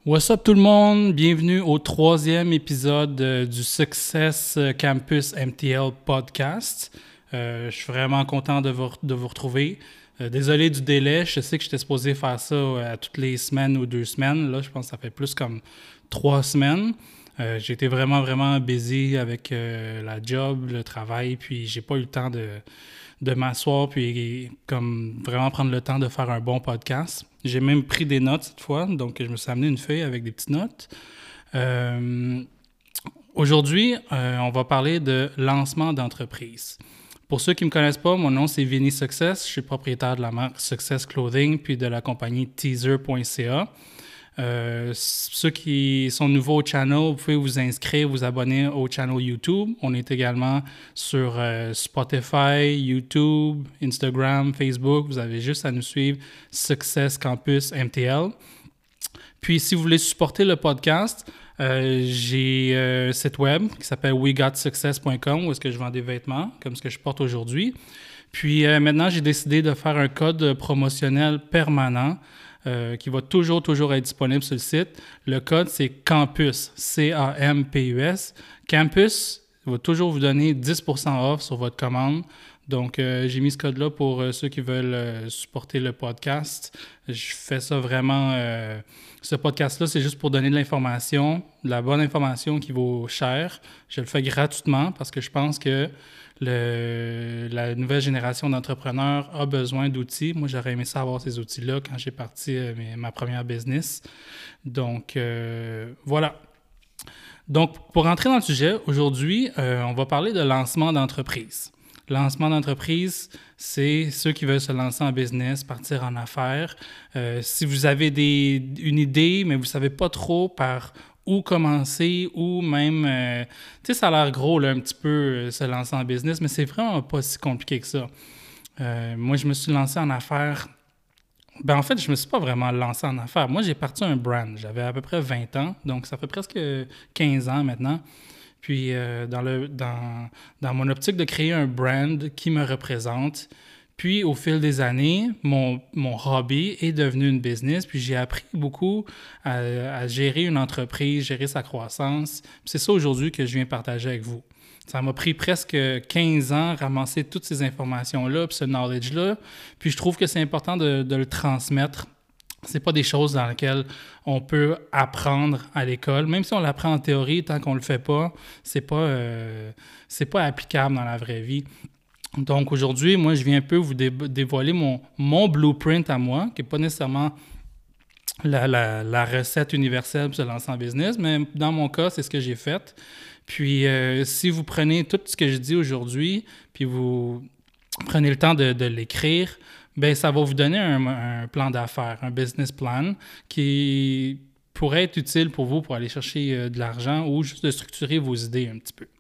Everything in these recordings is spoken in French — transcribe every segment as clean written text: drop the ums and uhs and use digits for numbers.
What's up tout le monde? Bienvenue au troisième épisode du Success Campus MTL podcast. Je suis vraiment content de vous retrouver. Désolé du délai, je sais que j'étais supposé faire ça à toutes les semaines ou 2 semaines. Là, je pense que ça fait plus comme 3 semaines. J'ai été vraiment busy avec la job, le travail, puis j'ai pas eu le temps de m'asseoir puis comme vraiment prendre le temps de faire un bon podcast. J'ai même pris des notes cette fois, donc je me suis amené une feuille avec des petites notes. Aujourd'hui, on va parler de lancement d'entreprise. Pour ceux qui ne me connaissent pas, mon nom c'est Vinny Success. Je suis propriétaire de la marque Success Clothing puis de la compagnie Teaser.ca. Ceux qui sont nouveaux au channel, vous pouvez vous inscrire, vous abonner au channel YouTube. On est également sur Spotify, YouTube, Instagram, Facebook. Vous avez juste à nous suivre Success Campus MTL. Puis, si vous voulez supporter le podcast, j'ai un site web qui s'appelle wegotsuccess.com où est-ce que je vends des vêtements comme ce que je porte aujourd'hui. Puis, maintenant, j'ai décidé de faire un code promotionnel permanent qui va toujours être disponible sur le site. Le code, c'est CAMPUS, C-A-M-P-U-S. Campus va toujours vous donner 10% off sur votre commande. Donc, j'ai mis ce code-là pour ceux qui veulent supporter le podcast. Je fais ça vraiment... ce podcast-là, c'est juste pour donner de l'information, de la bonne information qui vaut cher. Je le fais gratuitement parce que je pense que la nouvelle génération d'entrepreneurs a besoin d'outils. Moi, j'aurais aimé ça avoir ces outils-là quand j'ai parti ma première business. Donc, voilà. Donc, pour rentrer dans le sujet, aujourd'hui, on va parler de lancement d'entreprise. Lancement d'entreprise, c'est ceux qui veulent se lancer en business, partir en affaires. Si vous avez une idée, mais vous ne savez pas trop par où commencer, ou même... tu sais, ça a l'air gros, là, un petit peu, se lancer en business, mais c'est vraiment pas si compliqué que ça. Moi, je me suis lancé en affaires... En fait, je ne me suis pas vraiment lancé en affaires. Moi, j'ai parti un brand. J'avais à peu près 20 ans, donc ça fait presque 15 ans maintenant. Puis, dans mon optique de créer un brand qui me représente, puis au fil des années, mon hobby est devenu une business, puis j'ai appris beaucoup à gérer une entreprise, gérer sa croissance. Puis c'est ça aujourd'hui que je viens partager avec vous. Ça m'a pris presque 15 ans ramasser toutes ces informations-là, puis ce knowledge-là. Puis je trouve que c'est important de le transmettre. C'est pas des choses dans lesquelles on peut apprendre à l'école. Même si on l'apprend en théorie, tant qu'on le fait pas, c'est pas applicable dans la vraie vie. Donc aujourd'hui, moi, je viens un peu vous dévoiler mon blueprint à moi, qui n'est pas nécessairement la recette universelle pour se lancer en business, mais dans mon cas, c'est ce que j'ai fait. Puis si vous prenez tout ce que je dis aujourd'hui, puis vous prenez le temps de l'écrire, bien, ça va vous donner un plan d'affaires, un business plan qui pourrait être utile pour vous pour aller chercher de l'argent ou juste de structurer vos idées un petit peu.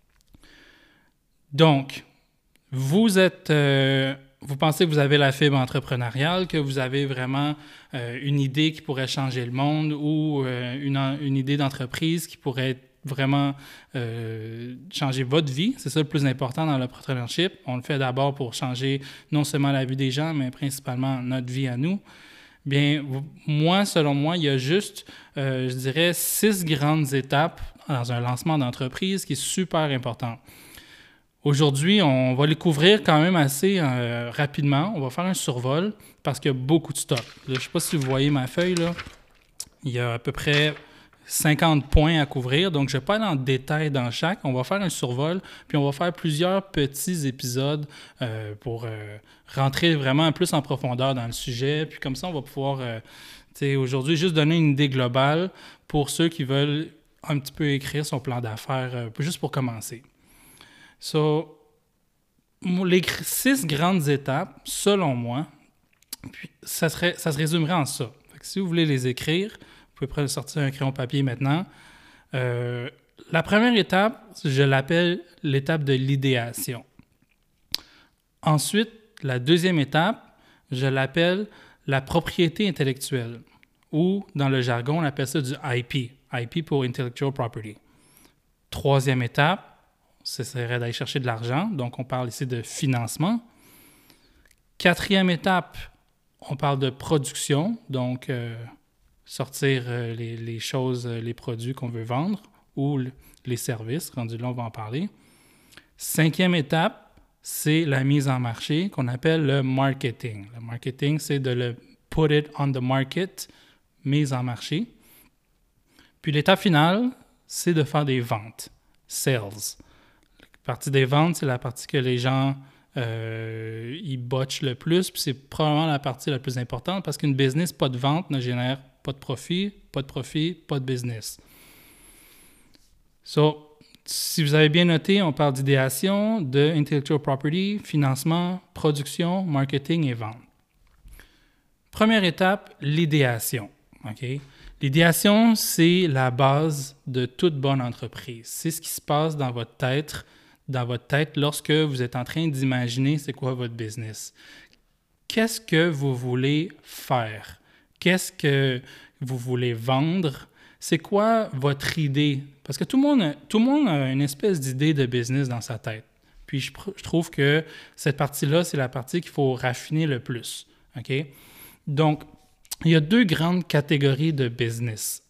Donc, vous pensez que vous avez la fibre entrepreneuriale, que vous avez vraiment une idée qui pourrait changer le monde ou une idée d'entreprise qui pourrait vraiment changer votre vie. C'est ça le plus important dans l'entrepreneurship. On le fait d'abord pour changer non seulement la vie des gens, mais principalement notre vie à nous. Bien, selon moi, il y a juste, je dirais, 6 grandes étapes dans un lancement d'entreprise qui est super important. Aujourd'hui, on va les couvrir quand même assez rapidement. On va faire un survol parce qu'il y a beaucoup de stock. Là, je ne sais pas si vous voyez ma feuille, là. Il y a à peu près 50 points à couvrir, donc je ne vais pas aller en détail dans chaque. On va faire un survol, puis on va faire plusieurs petits épisodes pour rentrer vraiment plus en profondeur dans le sujet. Puis comme ça, on va pouvoir, aujourd'hui, juste donner une idée globale pour ceux qui veulent un petit peu écrire son plan d'affaires, juste pour commencer. Les 6 grandes étapes, selon moi, puis ça se résumerait en ça. Fait que si vous voulez les écrire, vous pouvez sortir un crayon papier maintenant. La première étape, je l'appelle l'étape de l'idéation. Ensuite, la deuxième étape, je l'appelle la propriété intellectuelle, ou dans le jargon, on appelle ça du IP. IP pour Intellectual Property. Troisième étape, ce serait d'aller chercher de l'argent. Donc, on parle ici de financement. Quatrième étape, on parle de production. Donc, sortir les choses, les produits qu'on veut vendre ou les services. Rendu là, on va en parler. 5e étape, c'est la mise en marché qu'on appelle le marketing. Le marketing, c'est de le put it on the market, mise en marché. Puis l'étape finale, c'est de faire des ventes, sales. La partie des ventes, c'est la partie que les gens ils botchent le plus, puis c'est probablement la partie la plus importante parce qu'une business, pas de vente, ne génère pas de profit, pas de business. So, si vous avez bien noté, on parle d'idéation, de intellectual property, financement, production, marketing et vente. Première étape, l'idéation. Okay? L'idéation, c'est la base de toute bonne entreprise. C'est ce qui se passe dans votre tête lorsque vous êtes en train d'imaginer c'est quoi votre business. Qu'est-ce que vous voulez faire? Qu'est-ce que vous voulez vendre? C'est quoi votre idée? Parce que tout le monde a une espèce d'idée de business dans sa tête. Puis je trouve que cette partie-là, c'est la partie qu'il faut raffiner le plus. Okay? Donc, il y a 2 grandes catégories de business.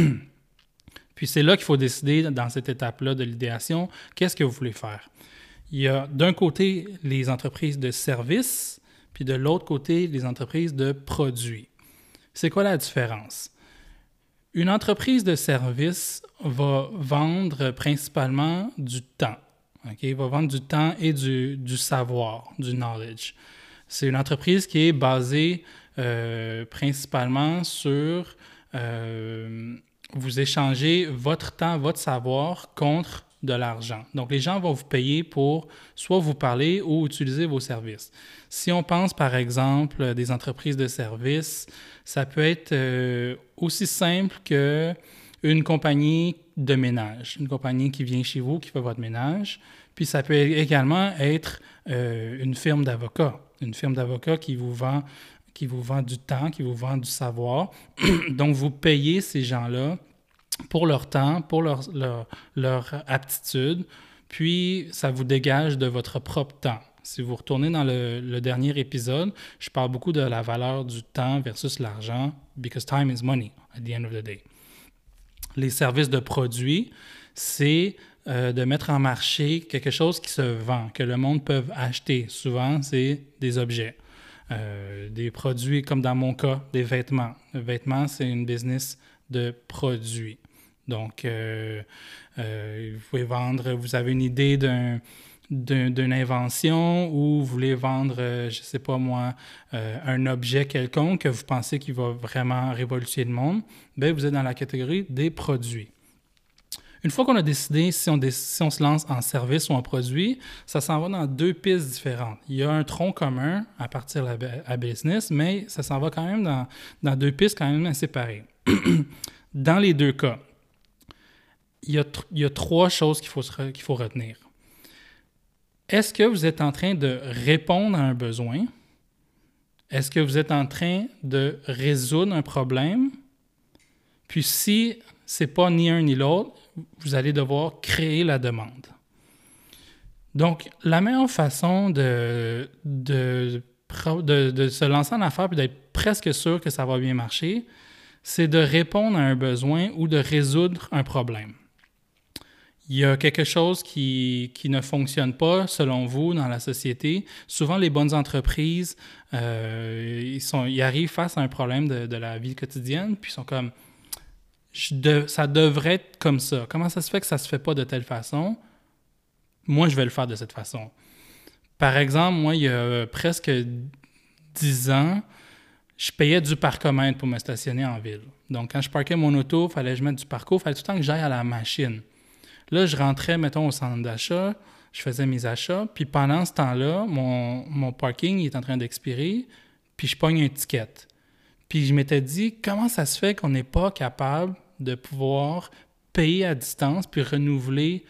Puis c'est là qu'il faut décider, dans cette étape-là de l'idéation, qu'est-ce que vous voulez faire. Il y a d'un côté les entreprises de services, puis de l'autre côté les entreprises de produits. C'est quoi la différence? Une entreprise de service va vendre principalement du temps. Okay? Va vendre du temps et du savoir, du knowledge. C'est une entreprise qui est basée principalement sur vous échanger votre temps, votre savoir contre de l'argent. Donc, les gens vont vous payer pour soit vous parler ou utiliser vos services. Si on pense, par exemple, des entreprises de services, ça peut être aussi simple qu'une compagnie de ménage, une compagnie qui vient chez vous, qui fait votre ménage. Puis, ça peut également être une firme d'avocats qui vous vend du temps, qui vous vend du savoir. Donc, vous payez ces gens-là pour leur temps, pour leur aptitude, puis ça vous dégage de votre propre temps. Si vous retournez dans le dernier épisode, je parle beaucoup de la valeur du temps versus l'argent, because time is money at the end of the day. Les services de produits, c'est de mettre en marché quelque chose qui se vend, que le monde peut acheter. Souvent, c'est des objets. Des produits, comme dans mon cas, des vêtements. Le vêtement, c'est une business de produits. Donc, vous pouvez vendre, vous avez une idée d'une invention ou vous voulez vendre, je ne sais pas moi, un objet quelconque que vous pensez qu'il va vraiment révolutionner le monde, bien, vous êtes dans la catégorie des produits. Une fois qu'on a décidé si on se lance en service ou en produit, ça s'en va dans 2 pistes différentes. Il y a un tronc commun à partir de la business, mais ça s'en va quand même dans 2 pistes quand même séparées. Dans les 2 cas, il y a 3 choses qu'il faut retenir. Est-ce que vous êtes en train de répondre à un besoin? Est-ce que vous êtes en train de résoudre un problème? Puis si ce n'est pas ni un ni l'autre, vous allez devoir créer la demande. Donc, la meilleure façon de se lancer en affaires et d'être presque sûr que ça va bien marcher, c'est de répondre à un besoin ou de résoudre un problème. Il y a quelque chose qui ne fonctionne pas, selon vous, dans la société. Souvent, les bonnes entreprises, ils arrivent face à un problème de la vie quotidienne, puis ils sont comme ça devrait être comme ça. Comment ça se fait que ça ne se fait pas de telle façon? Moi, je vais le faire de cette façon. Par exemple, moi, il y a presque 10 ans, je payais du parcomètre pour me stationner en ville. Donc, quand je parquais mon auto, il fallait que je mette du parcours, il fallait tout le temps que j'aille à la machine. Là, je rentrais, mettons, au centre d'achat, je faisais mes achats, puis pendant ce temps-là, mon parking il est en train d'expirer, puis je pogne un ticket. Puis je m'étais dit, comment ça se fait qu'on n'est pas capable de pouvoir payer à distance puis renouveler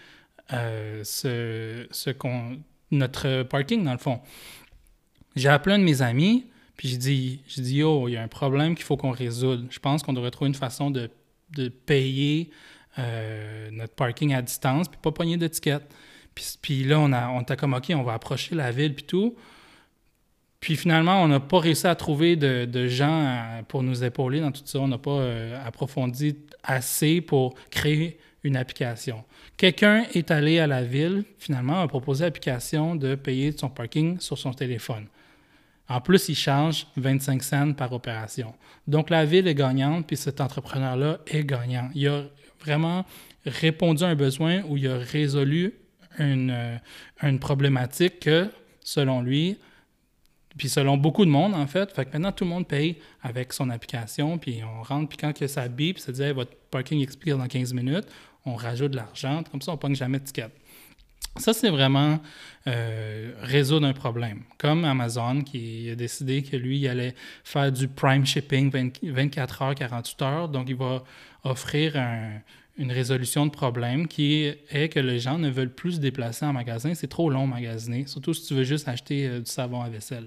notre parking, dans le fond. J'ai appelé un de mes amis, puis j'ai dit, yo, il y a un problème qu'il faut qu'on résoudre. Je pense qu'on devrait trouver une façon de payer notre parking à distance puis pas pogner de ticket. Puis là, on était comme, OK, on va approcher la ville puis tout. Puis finalement, on n'a pas réussi à trouver de gens pour nous épauler dans tout ça. On n'a pas approfondi assez pour créer une application. Quelqu'un est allé à la ville, finalement, a proposé l'application de payer son parking sur son téléphone. En plus, il charge 25 cents par opération. Donc, la ville est gagnante, puis cet entrepreneur-là est gagnant. Il a vraiment répondu à un besoin où il a résolu une problématique que, selon lui, puis selon beaucoup de monde, en fait maintenant, tout le monde paye avec son application, puis on rentre, puis quand que ça bip, ça dit hey, « votre parking expire dans 15 minutes », on rajoute de l'argent, comme ça, on ne pogne jamais de ticket. Ça, c'est vraiment résoudre un problème. Comme Amazon, qui a décidé que lui, il allait faire du prime shipping 24 heures, 48 heures, donc il va offrir une résolution de problème qui est que les gens ne veulent plus se déplacer en magasin. C'est trop long magasiner, surtout si tu veux juste acheter du savon à vaisselle.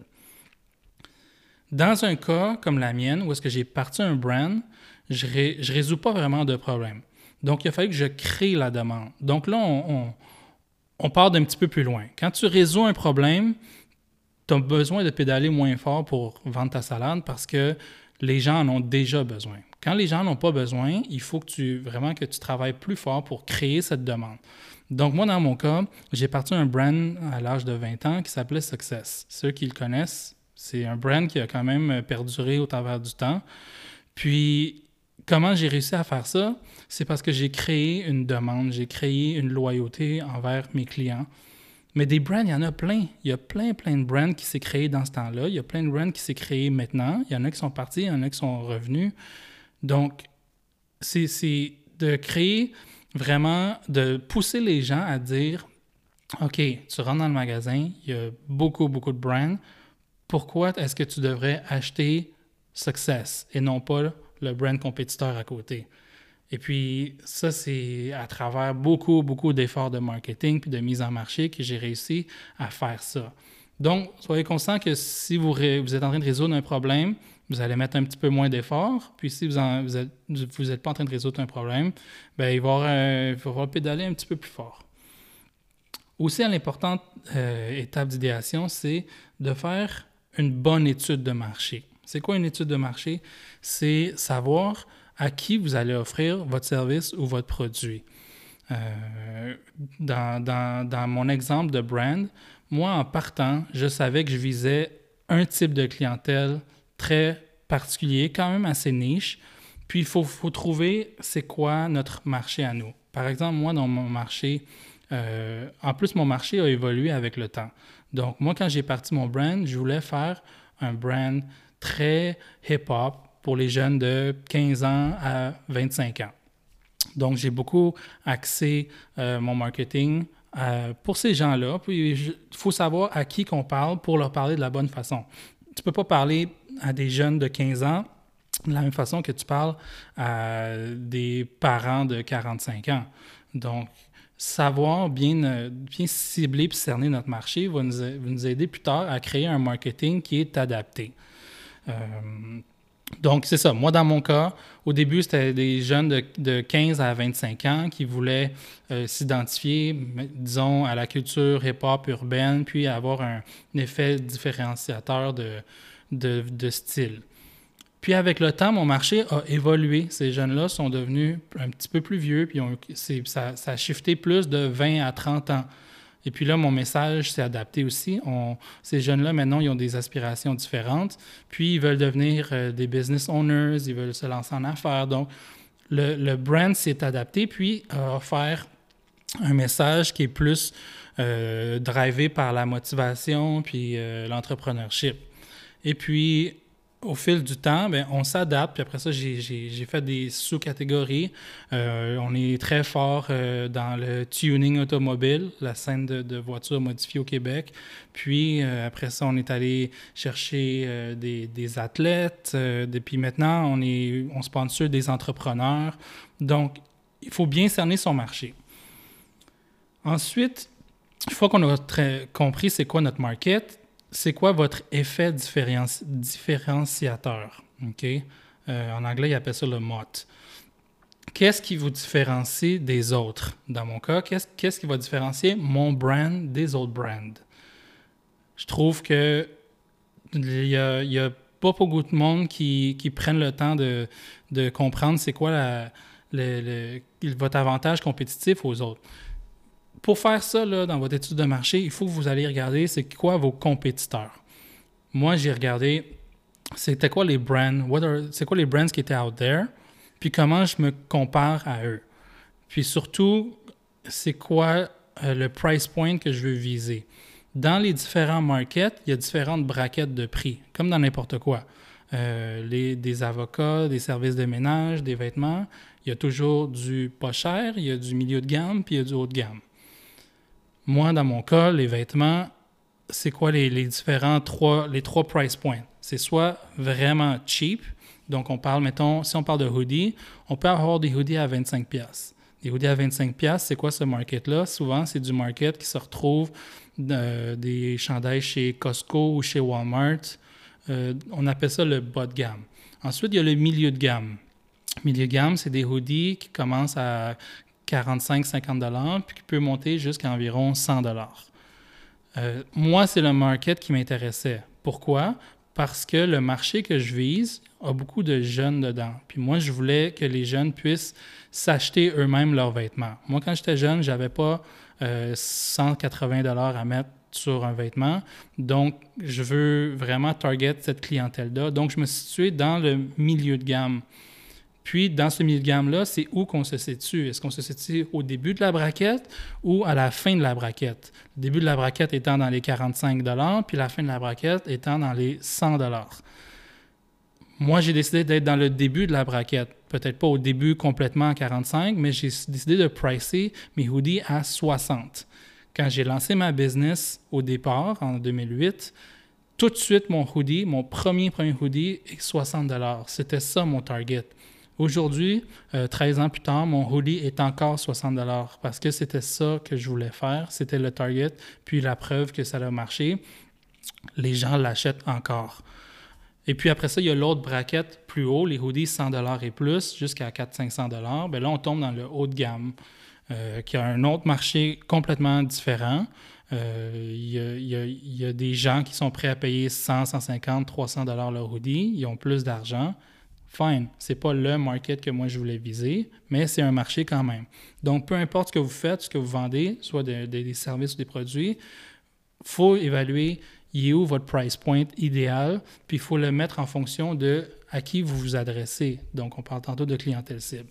Dans un cas comme la mienne, où est-ce que j'ai parti un brand, je ne résous pas vraiment de problème. Donc, il a fallu que je crée la demande. Donc là, on part d'un petit peu plus loin. Quand tu résous un problème, tu as besoin de pédaler moins fort pour vendre ta salade parce que les gens en ont déjà besoin. Quand les gens n'en ont pas besoin, il faut que tu travailles plus fort pour créer cette demande. Donc, moi, dans mon cas, j'ai parti un brand à l'âge de 20 ans qui s'appelait Success. Ceux qui le connaissent, c'est un brand qui a quand même perduré au travers du temps. Puis, comment j'ai réussi à faire ça? C'est parce que j'ai créé une demande, j'ai créé une loyauté envers mes clients. Mais des brands, il y en a plein. Il y a plein de brands qui s'est créé dans ce temps-là. Il y a plein de brands qui s'est créé maintenant. Il y en a qui sont partis, il y en a qui sont revenus. Donc, c'est de créer vraiment, de pousser les gens à dire « OK, tu rentres dans le magasin, il y a beaucoup de brands. Pourquoi est-ce que tu devrais acheter Success et non pas le brand compétiteur à côté? » Et puis, ça, c'est à travers beaucoup d'efforts de marketing puis de mise en marché que j'ai réussi à faire ça. Donc, soyez conscient que si vous êtes en train de résoudre un problème, vous allez mettre un petit peu moins d'efforts. Puis si vous n'êtes pas en train de résoudre un problème, bien, il va falloir pédaler un petit peu plus fort. Aussi, l'importante étape d'idéation, c'est de faire une bonne étude de marché. C'est quoi une étude de marché? C'est savoir à qui vous allez offrir votre service ou votre produit. Dans mon exemple de brand, moi, en partant, je savais que je visais un type de clientèle très particulier, quand même assez niche. Puis, il faut trouver c'est quoi notre marché à nous. Par exemple, moi, dans mon marché, en plus, mon marché a évolué avec le temps. Donc, moi, quand j'ai parti mon brand, je voulais faire un brand très hip-hop pour les jeunes de 15 ans à 25 ans. Donc, j'ai beaucoup axé mon marketing pour ces gens-là. Puis, il faut savoir à qui qu'on parle pour leur parler de la bonne façon. Tu ne peux pas parler à des jeunes de 15 ans de la même façon que tu parles à des parents de 45 ans. Donc, savoir bien cibler et cerner notre marché va nous aider plus tard à créer un marketing qui est adapté. Donc, c'est ça. Moi, dans mon cas, au début, c'était des jeunes de 15 à 25 ans qui voulaient s'identifier, disons, à la culture hip-hop urbaine, puis avoir un effet différenciateur de style. Puis avec le temps, mon marché a évolué. Ces jeunes-là sont devenus un petit peu plus vieux, puis ça a shifté plus de 20 à 30 ans. Et puis là, mon message s'est adapté aussi. Ces jeunes-là, maintenant, ils ont des aspirations différentes. Puis, ils veulent devenir des business owners, ils veulent se lancer en affaires. Donc, le brand s'est adapté, puis a offert un message qui est plus drivé par la motivation puis l'entrepreneurship. Et puis, au fil du temps, bien, on s'adapte. Puis après ça, j'ai fait des sous-catégories. On est très fort dans le tuning automobile, la scène de voitures modifiées au Québec. Puis après ça, on est allé chercher des athlètes. Puis maintenant, on sponsor des entrepreneurs. Donc, il faut bien cerner son marché. Ensuite, une fois qu'on a compris c'est quoi notre market, c'est quoi votre effet différenciateur? Okay? En anglais, ils appellent ça le MOT. Qu'est-ce qui vous différencie des autres? Dans mon cas, qu'est-ce qui va différencier mon brand des autres brands? Je trouve que Il y a pas beaucoup de monde qui prennent le temps de comprendre c'est quoi votre avantage compétitif aux autres. Pour faire ça, là, dans votre étude de marché, il faut que vous allez regarder c'est quoi vos compétiteurs. Moi, j'ai regardé c'était quoi les brands, c'est quoi les brands qui étaient out there, puis comment je me compare à eux. Puis surtout, c'est quoi le price point que je veux viser. Dans les différents markets, il y a différentes braquettes de prix, comme dans n'importe quoi. Des avocats, des services de ménage, des vêtements, il y a toujours du pas cher, il y a du milieu de gamme, puis il y a du haut de gamme. Moi, dans mon cas, les vêtements, c'est quoi les trois price points? C'est soit vraiment cheap, donc on parle, mettons, si on parle de hoodie, on peut avoir des hoodies à 25$. Des hoodies à 25$, c'est quoi ce market-là? Souvent, c'est du market qui se retrouve des chandails chez Costco ou chez Walmart. On appelle ça le bas de gamme. Ensuite, il y a le milieu de gamme. Milieu de gamme, c'est des hoodies qui commencent à 45-50$ puis qui peuvent monter jusqu'à environ 100$. Moi, c'est le market qui m'intéressait. Pourquoi? Parce que le marché que je vise a beaucoup de jeunes dedans. Puis moi, je voulais que les jeunes puissent s'acheter eux-mêmes leurs vêtements. Moi, quand j'étais jeune, je n'avais pas 180$ à mettre sur un vêtement. Donc, je veux vraiment target cette clientèle-là. Donc, je me suis situé dans le milieu de gamme. Puis, dans ce milieu de gamme-là, c'est où qu'on se situe? Est-ce qu'on se situe au début de la braquette ou à la fin de la braquette? Le début de la braquette étant dans les 45$, puis la fin de la braquette étant dans les 100$. Moi, j'ai décidé d'être dans le début de la braquette. Peut-être pas au début complètement à 45$, mais j'ai décidé de pricer mes hoodies à 60$. Quand j'ai lancé ma business au départ, en 2008, tout de suite, mon premier hoodie est 60$. C'était ça mon target. Aujourd'hui, 13 ans plus tard, mon hoodie est encore 60$ parce que c'était ça que je voulais faire. C'était le target, puis la preuve que ça a marché. Les gens l'achètent encore. Et puis après ça, il y a l'autre braquette plus haut, les hoodies 100$ et plus, jusqu'à 400-500$. Bien là, on tombe dans le haut de gamme, qui a un autre marché complètement différent. Il y a des gens qui sont prêts à payer 100, 150, 300$ leur hoodie. Ils ont plus d'argent. Fine, c'est pas le market que moi je voulais viser, mais c'est un marché quand même. Donc, peu importe ce que vous faites, ce que vous vendez, soit des services ou des produits, il faut évaluer il est où votre price point idéal, puis il faut le mettre en fonction de à qui vous vous adressez. Donc, on parle tantôt de clientèle cible.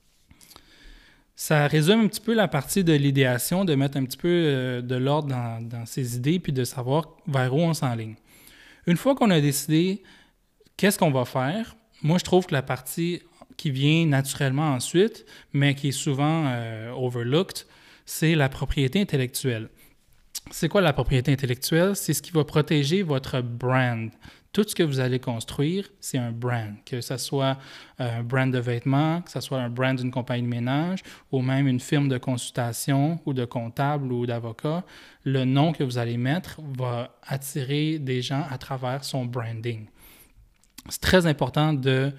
Ça résume un petit peu la partie de l'idéation, de mettre un petit peu de l'ordre dans ses idées, puis de savoir vers où on s'enligne. Une fois qu'on a décidé qu'est-ce qu'on va faire, moi, je trouve que la partie qui vient naturellement ensuite, mais qui est souvent overlooked, c'est la propriété intellectuelle. C'est quoi la propriété intellectuelle? C'est ce qui va protéger votre brand. Tout ce que vous allez construire, c'est un brand. Que ce soit un brand de vêtements, que ce soit un brand d'une compagnie de ménage ou même une firme de consultation ou de comptable ou d'avocat, le nom que vous allez mettre va attirer des gens à travers son branding. C'est très important de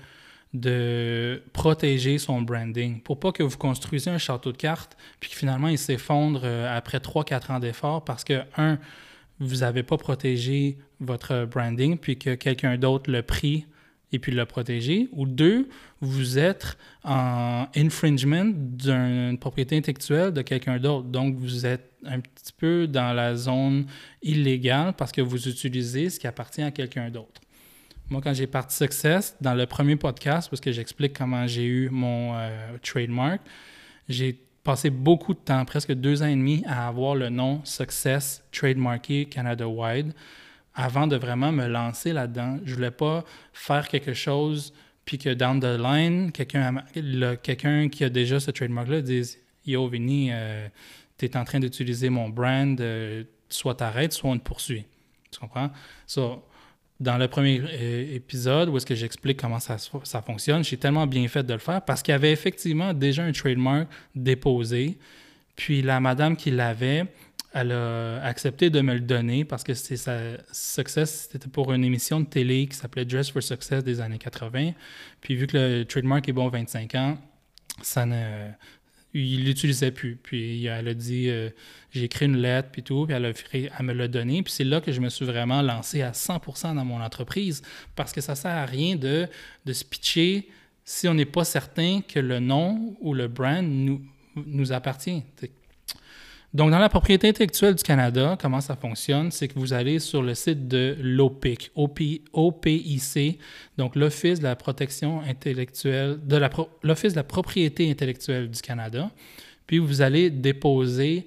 protéger son branding pour pas que vous construisez un château de cartes puis que finalement il s'effondre après 3-4 ans d'effort parce que, vous n'avez pas protégé votre branding puis que quelqu'un d'autre l'a pris et puis l'a protégé. Ou 2, vous êtes en infringement d'une propriété intellectuelle de quelqu'un d'autre. Donc, vous êtes un petit peu dans la zone illégale parce que vous utilisez ce qui appartient à quelqu'un d'autre. Moi, quand j'ai parti Success, dans le premier podcast, parce que j'explique comment j'ai eu mon trademark, j'ai passé beaucoup de temps, presque 2 ans et demi, à avoir le nom Success trademarké Canada-wide avant de vraiment me lancer là-dedans. Je ne voulais pas faire quelque chose puis que down the line, quelqu'un qui a déjà ce trademark-là dise « Yo, Vinny, tu es en train d'utiliser mon brand, soit t'arrêtes, soit on te poursuit. » Tu comprends? So, dans le premier épisode, où est-ce que j'explique comment ça fonctionne, j'ai tellement bien fait de le faire parce qu'il y avait effectivement déjà un trademark déposé. Puis la madame qui l'avait, elle a accepté de me le donner parce que Success, c'était pour une émission de télé qui s'appelait Dress for Success des années 80. Puis vu que le trademark est bon 25 ans, il l'utilisait plus. Puis elle a dit, j'ai écrit une lettre, puis tout, puis elle me l'a donné. Puis c'est là que je me suis vraiment lancé à 100% dans mon entreprise, parce que ça sert à rien de se pitcher si on n'est pas certain que le nom ou le brand nous appartient. Donc, dans la propriété intellectuelle du Canada, comment ça fonctionne? C'est que vous allez sur le site de l'OPIC, OPIC, donc l'Office de la protection intellectuelle, l'Office de la propriété intellectuelle du Canada, puis vous allez déposer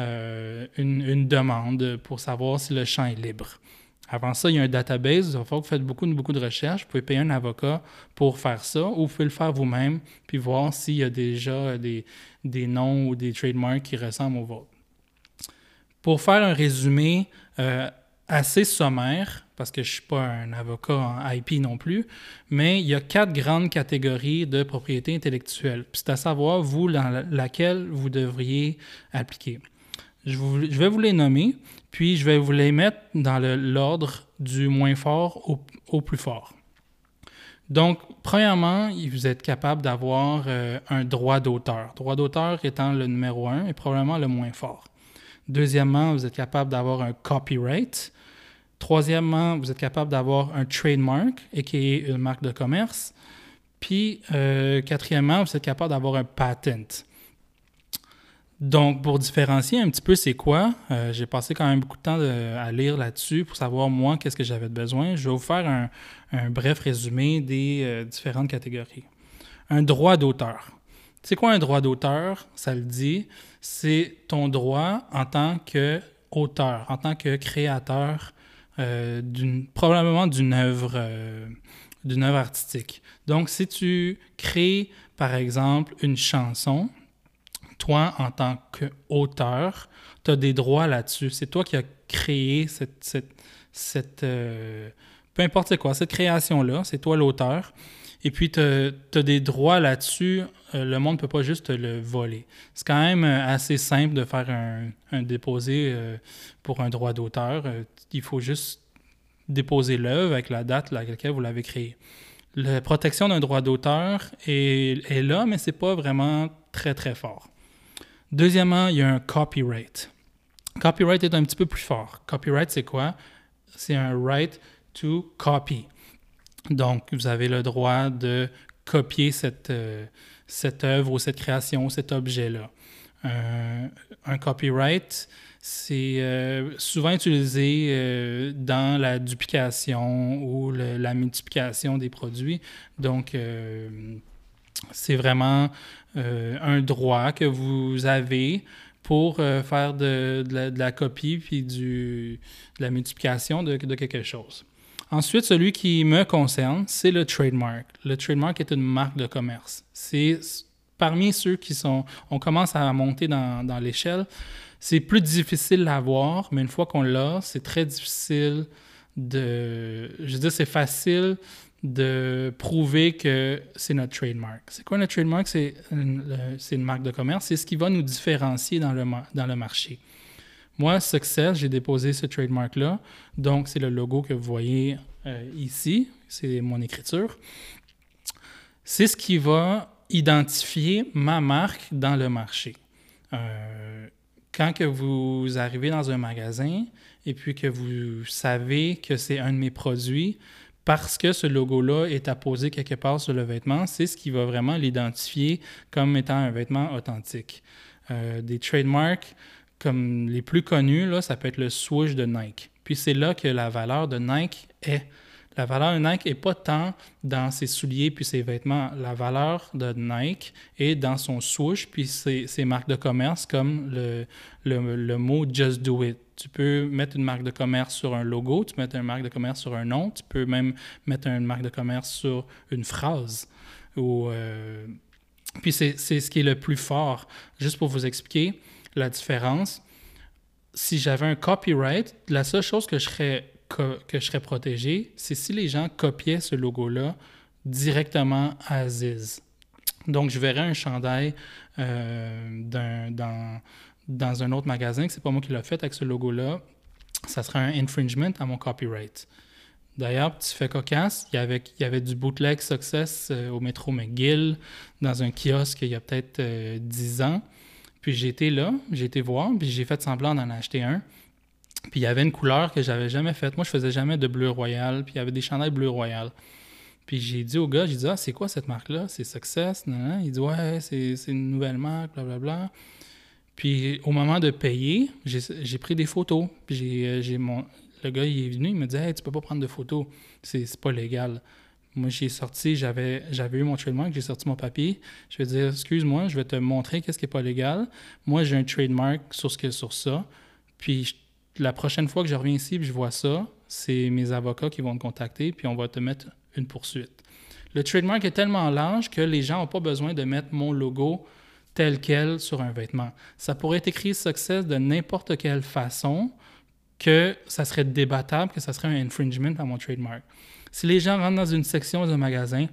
une demande pour savoir si le champ est libre. Avant ça, il y a un database, il va falloir que vous faites beaucoup de recherches. Vous pouvez payer un avocat pour faire ça, ou vous pouvez le faire vous-même, puis voir s'il y a déjà des noms ou des trademarks qui ressemblent aux vôtres. Pour faire un résumé assez sommaire, parce que je ne suis pas un avocat en IP non plus, mais il y a 4 grandes catégories de propriété intellectuelle. Puis c'est à savoir, vous, dans laquelle vous devriez appliquer. Je vais vous les nommer, puis je vais vous les mettre dans l'ordre du moins fort au plus fort. Donc, premièrement, vous êtes capable d'avoir un droit d'auteur. Droit d'auteur étant le numéro 1 et probablement le moins fort. Deuxièmement, vous êtes capable d'avoir un copyright. Troisièmement, vous êtes capable d'avoir un trademark, a.k.a. une marque de commerce. Puis, quatrièmement, vous êtes capable d'avoir un patent. Donc, pour différencier un petit peu c'est quoi, j'ai passé quand même beaucoup de temps à lire là-dessus pour savoir, moi, qu'est-ce que j'avais besoin. Je vais vous faire un bref résumé des différentes catégories. Un droit d'auteur. C'est quoi un droit d'auteur? Ça le dit. C'est ton droit en tant qu'auteur, en tant que créateur probablement d'une œuvre artistique. Donc, si tu crées, par exemple, une chanson, toi, en tant qu'auteur, tu as des droits là-dessus. C'est toi qui as créé cette peu importe c'est quoi, cette création-là, c'est toi l'auteur. Et puis, tu as des droits là-dessus. Le monde ne peut pas juste te le voler. C'est quand même assez simple de faire un déposé pour un droit d'auteur. Il faut juste déposer l'œuvre avec la date à laquelle vous l'avez créée. La protection d'un droit d'auteur est là, mais ce n'est pas vraiment très, très fort. Deuxièmement, il y a un copyright. Copyright est un petit peu plus fort. Copyright, c'est quoi? C'est un right to copy. Donc, vous avez le droit de copier cette œuvre ou cette création, cet objet-là. Un copyright, c'est souvent utilisé dans la duplication ou la multiplication des produits. Donc, c'est vraiment un droit que vous avez pour faire de la copie puis de la multiplication de quelque chose. Ensuite, celui qui me concerne, c'est le trademark. Le trademark est une marque de commerce. C'est parmi ceux on commence à monter dans l'échelle. C'est plus difficile à avoir, mais une fois qu'on l'a, c'est très difficile c'est facile de prouver que c'est notre trademark. C'est quoi notre trademark? C'est une marque de commerce. C'est ce qui va nous différencier dans le marché. Moi, Success, j'ai déposé ce trademark-là. Donc, c'est le logo que vous voyez ici. C'est mon écriture. C'est ce qui va identifier ma marque dans le marché. Quand que vous arrivez dans un magasin et puis que vous savez que c'est un de mes produits, parce que ce logo-là est apposé quelque part sur le vêtement, c'est ce qui va vraiment l'identifier comme étant un vêtement authentique. Des trademarks comme les plus connus, là, ça peut être le swoosh de Nike. Puis c'est là que la valeur de Nike est. La valeur de Nike n'est pas tant dans ses souliers puis ses vêtements. La valeur de Nike est dans son swoosh puis ses marques de commerce comme le mot « Just Do It ». Tu peux mettre une marque de commerce sur un logo, tu peux mettre une marque de commerce sur un nom, tu peux même mettre une marque de commerce sur une phrase. Puis c'est ce qui est le plus fort. Juste pour vous expliquer la différence, si j'avais un copyright, la seule chose que je serais protégé, c'est si les gens copiaient ce logo-là directement à Aziz. Donc, je verrais un chandail dans un autre magasin, que c'est pas moi qui l'ai fait avec ce logo-là, ça serait un infringement à mon copyright. D'ailleurs, petit fait cocasse, il y avait du bootleg Success au métro McGill, dans un kiosque il y a peut-être 10 ans. Puis j'ai été voir, puis j'ai fait semblant d'en acheter un. Puis il y avait une couleur que j'avais jamais faite. Moi, je faisais jamais de bleu royal, puis il y avait des chandails bleu royal. Puis j'ai dit au gars, j'ai dit, ah, c'est quoi cette marque-là? C'est Success? Non, non. Il dit, ouais, c'est une nouvelle marque, blablabla. Puis au moment de payer, j'ai pris des photos. Puis le gars, il est venu, il me dit, hey, tu peux pas prendre de photos, c'est pas légal. Moi, j'ai sorti, j'avais eu mon trademark, j'ai sorti mon papier. Je vais dire, excuse-moi, je vais te montrer qu'est-ce qui est pas légal. Moi, j'ai un trademark sur ça. Puis la prochaine fois que je reviens ici et je vois ça, c'est mes avocats qui vont te contacter, puis on va te mettre une poursuite. Le trademark est tellement large que les gens n'ont pas besoin de mettre mon logo tel quel sur un vêtement. Ça pourrait être écrit Success de n'importe quelle façon que ça serait débattable, que ça serait un infringement à mon trademark. Si les gens rentrent dans une section d'un magasin,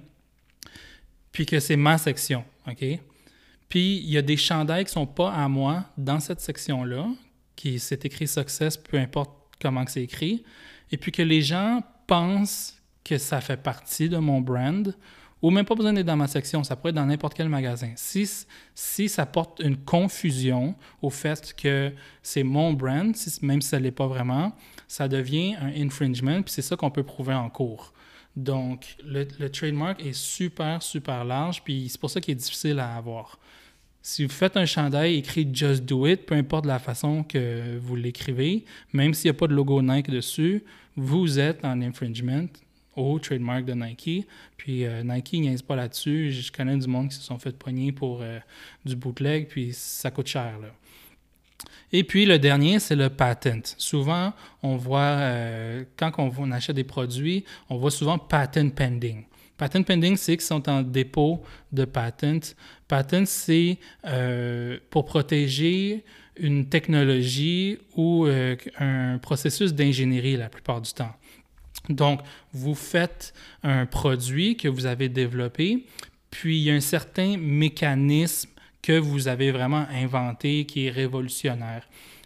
puis que c'est ma section, OK? Puis il y a des chandails qui ne sont pas à moi dans cette section-là, qui c'est écrit Success, peu importe comment c'est écrit, et puis que les gens pensent que ça fait partie de mon brand, ou même pas besoin d'être dans ma section, ça pourrait être dans n'importe quel magasin. Si ça porte une confusion au fait que c'est mon brand, même si ça ne l'est pas vraiment, ça devient un infringement, puis c'est ça qu'on peut prouver en cours. Donc, le trademark est super, super large, puis c'est pour ça qu'il est difficile à avoir. Si vous faites un chandail écrit « Just do it », peu importe la façon que vous l'écrivez, même s'il n'y a pas de logo Nike dessus, vous êtes en infringement au trademark de Nike. Puis Nike niaise pas là-dessus. Je connais du monde qui se sont fait pogner pour du bootleg, puis ça coûte cher, là. Et puis le dernier, c'est le patent. Souvent, on voit, quand on achète des produits, on voit souvent patent pending. Patent pending, c'est qu'ils sont en dépôt de patent. Patent, c'est pour protéger une technologie ou un processus d'ingénierie la plupart du temps. Donc, vous faites un produit que vous avez développé, puis il y a un certain mécanisme que vous avez vraiment inventé qui est révolutionnaire.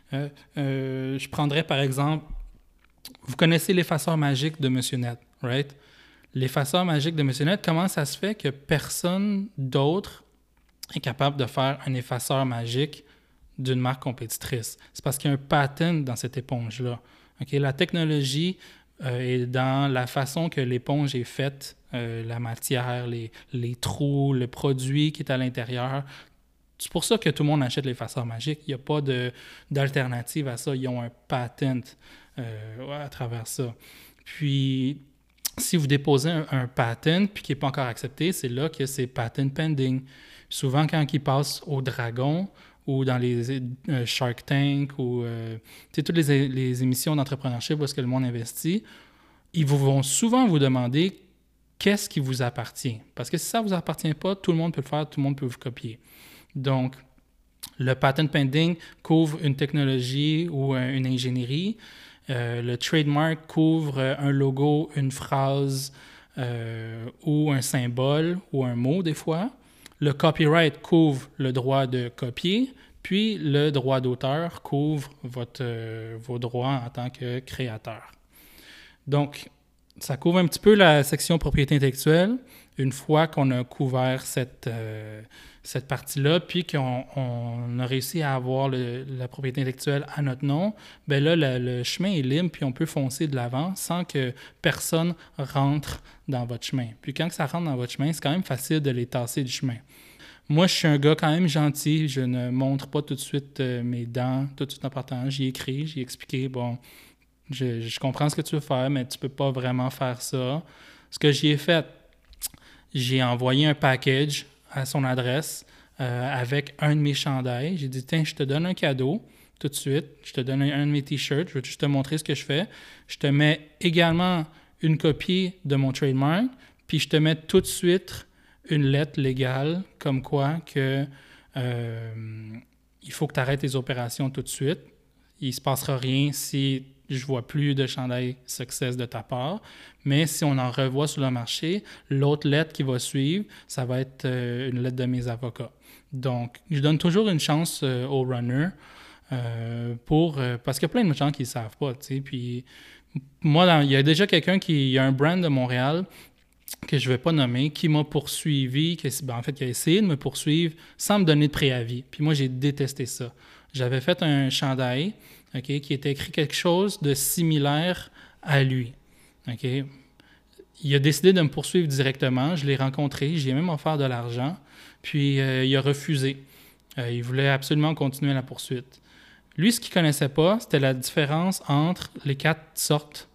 Je prendrais par exemple, vous connaissez l'effaceur magique de Monsieur Net, right? L'effaceur magique de Monsieur Net, comment ça se fait que personne d'autre est capable de faire un effaceur magique d'une marque compétitrice? C'est parce qu'il y a un patent dans cette éponge-là. Okay? La technologie et dans la façon que l'éponge est faite, la matière, les trous, le produit qui est à l'intérieur. C'est pour ça que tout le monde achète l'effaceur magique. Il n'y a pas d'alternative à ça. Ils ont un patent à travers ça. Puis, si vous déposez un patent puis qui n'est pas encore accepté, c'est là que c'est patent pending. Souvent, quand ils passent au dragon, ou dans les Shark Tank, ou toutes les émissions d'entrepreneurship où est-ce que le monde investit, ils vont souvent vous demander qu'est-ce qui vous appartient. Parce que si ça ne vous appartient pas, tout le monde peut le faire, tout le monde peut vous copier. Donc, le patent pending couvre une technologie ou une ingénierie. Le trademark couvre un logo, une phrase ou un symbole ou un mot des fois. Le copyright couvre le droit de copier, puis le droit d'auteur couvre vos droits en tant que créateur. Donc, ça couvre un petit peu la section propriété intellectuelle. Une fois qu'on a couvert cette partie-là, puis qu'on a réussi à avoir la propriété intellectuelle à notre nom, bien là, le chemin est libre, puis on peut foncer de l'avant sans que personne rentre dans votre chemin. Puis quand ça rentre dans votre chemin, c'est quand même facile de les tasser du chemin. Moi, je suis un gars quand même gentil. Je ne montre pas tout de suite mes dents, tout de suite en partant. J'y écris, j'y expliqué, bon, je comprends ce que tu veux faire, mais tu peux pas vraiment faire ça. Ce que j'y ai fait, j'ai envoyé un package à son adresse avec un de mes chandails. J'ai dit, tiens, je te donne un cadeau tout de suite. Je te donne un de mes t-shirts. Je vais juste te montrer ce que je fais. Je te mets également une copie de mon trademark, puis je te mets tout de suite une lettre légale comme quoi que il faut que tu arrêtes tes opérations tout de suite. Il ne se passera rien si je ne vois plus de chandail Success de ta part. Mais si on en revoit sur le marché, l'autre lettre qui va suivre, ça va être une lettre de mes avocats. Donc, je donne toujours une chance aux runners parce qu'il y a plein de gens qui ne savent pas. Puis Moi, il y a déjà quelqu'un il y a un brand de Montréal que je ne vais pas nommer, qui m'a poursuivi, qui a essayé de me poursuivre sans me donner de préavis. Puis moi, j'ai détesté ça. J'avais fait un chandail, OK, qui était écrit quelque chose de similaire à lui. OK? Il a décidé de me poursuivre directement. Je l'ai rencontré, j'ai même offert de l'argent, puis il a refusé. Il voulait absolument continuer la poursuite. Lui, ce qu'il ne connaissait pas, c'était la différence entre les quatre sortes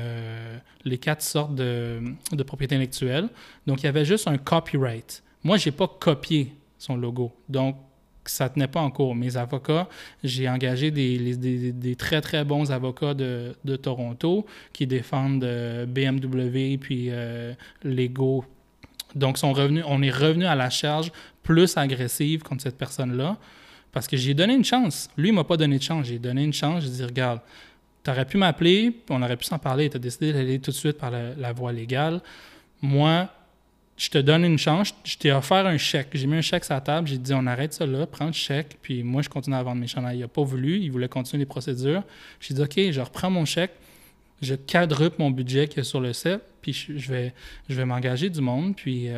de propriété intellectuelle. Donc, il y avait juste un copyright. Moi, je n'ai pas copié son logo. Donc, ça ne tenait pas en cours. Mes avocats, j'ai engagé des très, très bons avocats de Toronto qui défendent BMW puis Lego. Donc, on est revenu à la charge plus agressive contre cette personne-là parce que j'ai donné une chance. Lui, il ne m'a pas donné de chance. J'ai donné une chance. J'ai dit, regarde, tu aurais pu m'appeler, on aurait pu s'en parler. Tu as décidé d'aller tout de suite par la voie légale. Moi, je te donne une chance. Je t'ai offert un chèque. J'ai mis un chèque sur la table. J'ai dit, on arrête ça là, prends le chèque. Puis moi, je continue à vendre mes chandails. Il n'a pas voulu. Il voulait continuer les procédures. J'ai dit, OK, je reprends mon chèque. Je quadruple mon budget qu'il y a sur le site. Puis je vais m'engager du monde. Puis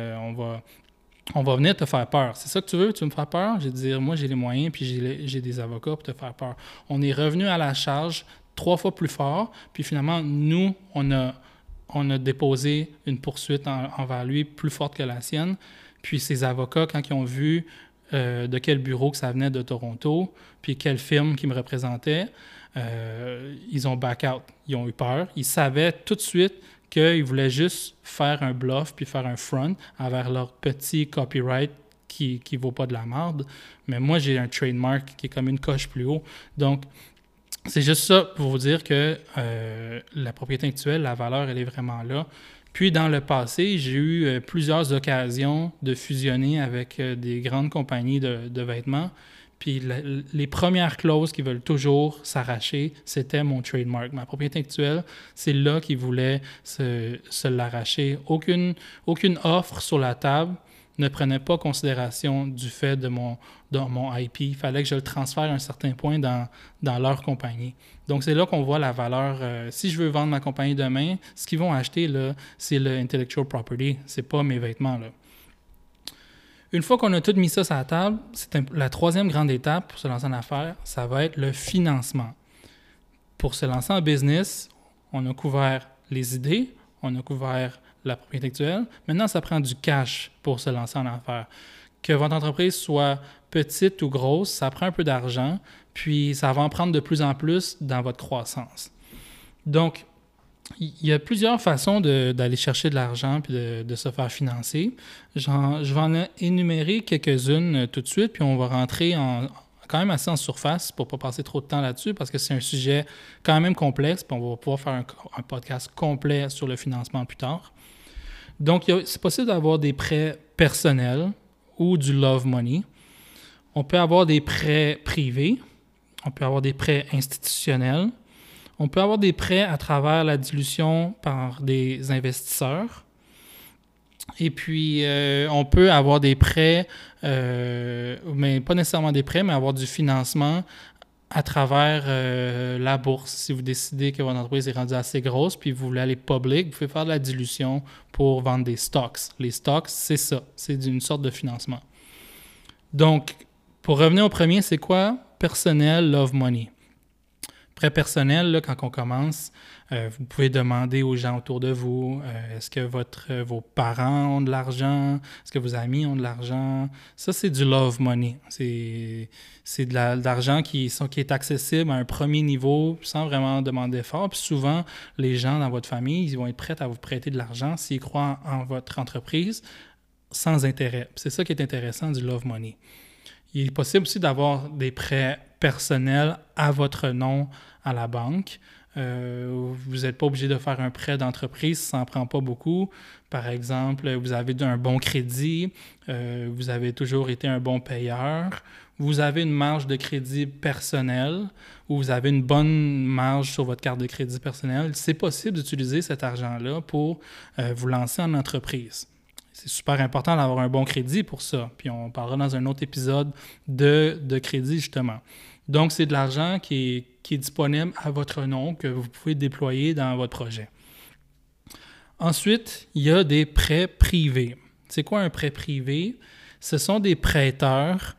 on va venir te faire peur. C'est ça que tu veux? Tu veux me faire peur? Je vais te dire, moi, j'ai les moyens. Puis j'ai des avocats pour te faire peur. On est revenu à la charge 3 fois plus fort. Puis finalement, nous, on a déposé une poursuite envers lui plus forte que la sienne. Puis ses avocats, quand ils ont vu de quel bureau que ça venait de Toronto, puis quelle firme qui me représentait, ils ont back out. Ils ont eu peur. Ils savaient tout de suite qu'ils voulaient juste faire un bluff puis faire un front envers leur petit copyright qui vaut pas de la merde. Mais moi, j'ai un trademark qui est comme une coche plus haut. Donc, c'est juste ça pour vous dire que la propriété intellectuelle, la valeur, elle est vraiment là. Puis, dans le passé, j'ai eu plusieurs occasions de fusionner avec des grandes compagnies de vêtements. Puis, les premières clauses qui veulent toujours s'arracher, c'était mon trademark. Ma propriété intellectuelle, c'est là qu'ils voulaient se l'arracher. Aucune offre sur la table ne prenait pas considération du fait de mon IP. Il fallait que je le transfère à un certain point dans leur compagnie. Donc, c'est là qu'on voit la valeur. Si je veux vendre ma compagnie demain, ce qu'ils vont acheter, là, c'est le intellectual property. C'est pas mes vêtements, là. Une fois qu'on a tout mis ça sur la table, la troisième grande étape pour se lancer en affaires, ça va être le financement. Pour se lancer en business, on a couvert les idées, on a couvert la propriété intellectuelle. Maintenant, ça prend du cash pour se lancer en affaires. Que votre entreprise soit petite ou grosse, ça prend un peu d'argent, puis ça va en prendre de plus en plus dans votre croissance. Donc, il y a plusieurs façons d'aller chercher de l'argent puis de se faire financer. Je vais en énumérer quelques-unes tout de suite, puis on va rentrer quand même assez en surface pour ne pas passer trop de temps là-dessus parce que c'est un sujet quand même complexe, puis on va pouvoir faire un podcast complet sur le financement plus tard. Donc, c'est possible d'avoir des prêts personnels ou du love money. On peut avoir des prêts privés. On peut avoir des prêts institutionnels. On peut avoir des prêts à travers la dilution par des investisseurs. Et puis, on peut avoir des prêts, mais pas nécessairement des prêts, mais avoir du financement à travers la bourse. Si vous décidez que votre entreprise est rendue assez grosse puis vous voulez aller public, vous pouvez faire de la dilution pour vendre des stocks. Les stocks, c'est ça. C'est une sorte de financement. Donc, pour revenir au premier, c'est quoi? Personnel, love money. Prêt personnel, là, quand on commence, vous pouvez demander aux gens autour de vous, est-ce que vos parents ont de l'argent? Est-ce que vos amis ont de l'argent? Ça, c'est du love money. C'est de l'argent qui est accessible à un premier niveau sans vraiment demander d'effort. Puis souvent, les gens dans votre famille, ils vont être prêts à vous prêter de l'argent s'ils croient en votre entreprise sans intérêt. C'est ça qui est intéressant du love money. Il est possible aussi d'avoir des prêts personnels à votre nom à la banque. Vous n'êtes pas obligé de faire un prêt d'entreprise, ça n'en prend pas beaucoup. Par exemple, vous avez un bon crédit, vous avez toujours été un bon payeur, vous avez une marge de crédit personnelle ou vous avez une bonne marge sur votre carte de crédit personnelle. C'est possible d'utiliser cet argent-là pour vous lancer en entreprise. C'est super important d'avoir un bon crédit pour ça. Puis on parlera dans un autre épisode de crédit, justement. Donc, c'est de l'argent qui qui est disponible à votre nom, que vous pouvez déployer dans votre projet. Ensuite, il y a des prêts privés. C'est quoi un prêt privé? Ce sont des prêteurs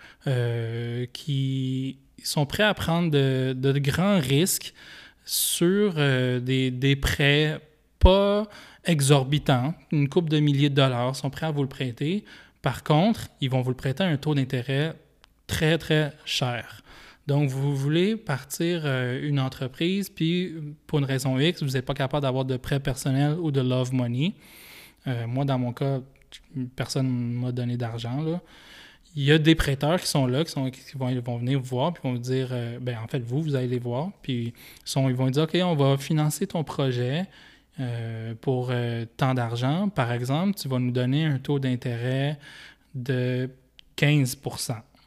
qui sont prêts à prendre de grands risques sur des prêts pas exorbitants, une couple de milliers de dollars, sont prêts à vous le prêter. Par contre, ils vont vous le prêter à un taux d'intérêt très, très cher. Donc, vous voulez partir une entreprise, puis pour une raison X, vous n'êtes pas capable d'avoir de prêt personnel ou de love money. Moi, dans mon cas, personne ne m'a donné d'argent, là. Il y a des prêteurs qui sont là, qui vont venir vous voir, puis vont vous dire, en fait, vous allez les voir, puis ils vont dire, OK, on va financer ton projet pour tant d'argent. Par exemple, tu vas nous donner un taux d'intérêt de 15 %.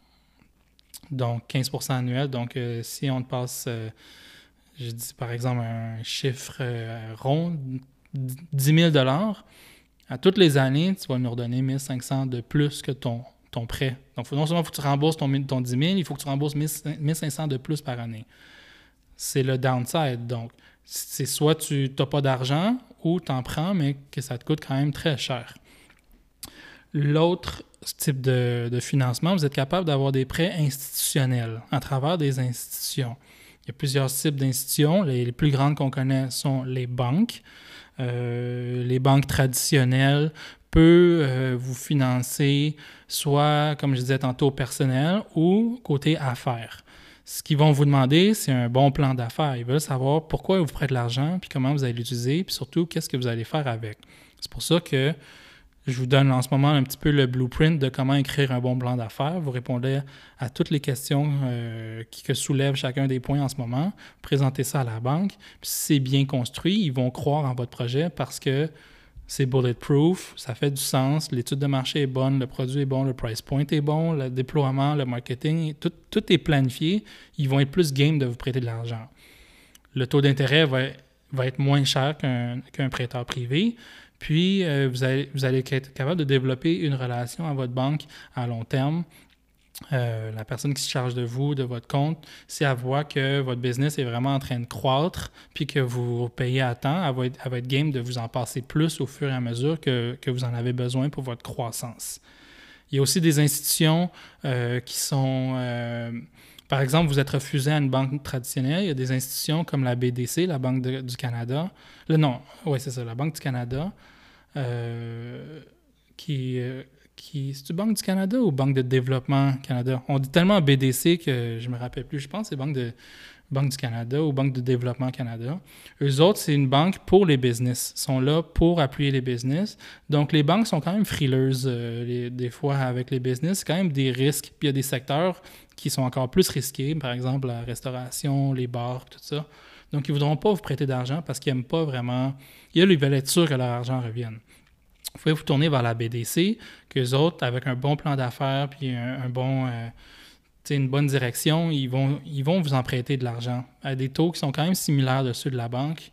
Donc, 15 % annuel. Donc, si on te passe, je dis par exemple un chiffre rond, 10 000 $, à toutes les années, tu vas nous redonner 1 500 de plus que ton prêt. Donc, non seulement il faut que tu rembourses ton 10 000, il faut que tu rembourses 1 500 de plus par année. C'est le downside. Donc, c'est soit tu n'as pas d'argent ou tu en prends, mais que ça te coûte quand même très cher. L'autre type de financement, vous êtes capable d'avoir des prêts institutionnels à travers des institutions. Il y a plusieurs types d'institutions. Les plus grandes qu'on connaît sont les banques. Les banques traditionnelles peuvent vous financer soit, comme je disais tantôt, personnel ou côté affaires. Ce qu'ils vont vous demander, c'est un bon plan d'affaires. Ils veulent savoir pourquoi ils vous prêtent de l'argent, puis comment vous allez l'utiliser, puis surtout, qu'est-ce que vous allez faire avec. C'est pour ça que je vous donne en ce moment un petit peu le blueprint de comment écrire un bon plan d'affaires. Vous répondez à toutes les questions que soulève chacun des points en ce moment. Présentez ça à la banque. Puis si c'est bien construit, ils vont croire en votre projet parce que c'est bulletproof, ça fait du sens, l'étude de marché est bonne, le produit est bon, le price point est bon, le déploiement, le marketing, tout est planifié. Ils vont être plus game de vous prêter de l'argent. Le taux d'intérêt va être moins cher qu'un prêteur privé. Puis, vous allez être capable de développer une relation à votre banque à long terme. La personne qui se charge de vous, de votre compte, si elle voit que votre business est vraiment en train de croître puis que vous payez à temps, elle va être game de vous en passer plus au fur et à mesure que vous en avez besoin pour votre croissance. Il y a aussi des institutions qui sont... par exemple, vous êtes refusé à une banque traditionnelle. Il y a des institutions comme la BDC, la Banque du Canada. La Banque du Canada, c'est-tu Banque du Canada ou Banque de développement Canada? On dit tellement BDC que je ne me rappelle plus. Je pense que c'est Banque du Canada ou Banque de développement Canada. Eux autres, c'est une banque pour les business. Ils sont là pour appuyer les business. Donc, les banques sont quand même frileuses des fois avec les business. C'est quand même des risques. Puis, il y a des secteurs qui sont encore plus risqués. Par exemple, la restauration, les bars, tout ça. Donc, ils ne voudront pas vous prêter d'argent parce qu'ils n'aiment pas vraiment... Ils veulent être sûrs que leur argent revienne. Vous pouvez vous tourner vers la BDC, qu'eux autres, avec un bon plan d'affaires puis une bonne direction, ils vont vous en prêter de l'argent à des taux qui sont quand même similaires de ceux de la banque.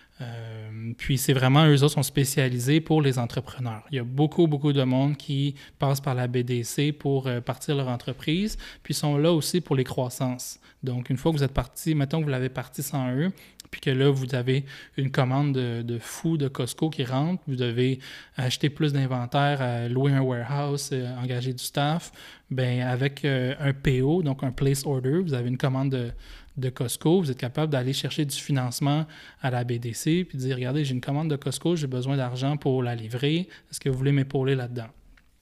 Puis c'est vraiment, eux autres sont spécialisés pour les entrepreneurs. Il y a beaucoup, beaucoup de monde qui passe par la BDC pour partir leur entreprise, puis sont là aussi pour les croissances. Donc, une fois que vous êtes parti, mettons que vous l'avez parti sans eux, puis que là, vous avez une commande de fou de Costco qui rentre, vous devez acheter plus d'inventaire, louer un warehouse, engager du staff, bien avec un PO, donc un place order, vous avez une commande de Costco, vous êtes capable d'aller chercher du financement à la BDC puis dire, regardez, j'ai une commande de Costco, j'ai besoin d'argent pour la livrer, est-ce que vous voulez m'épauler là-dedans?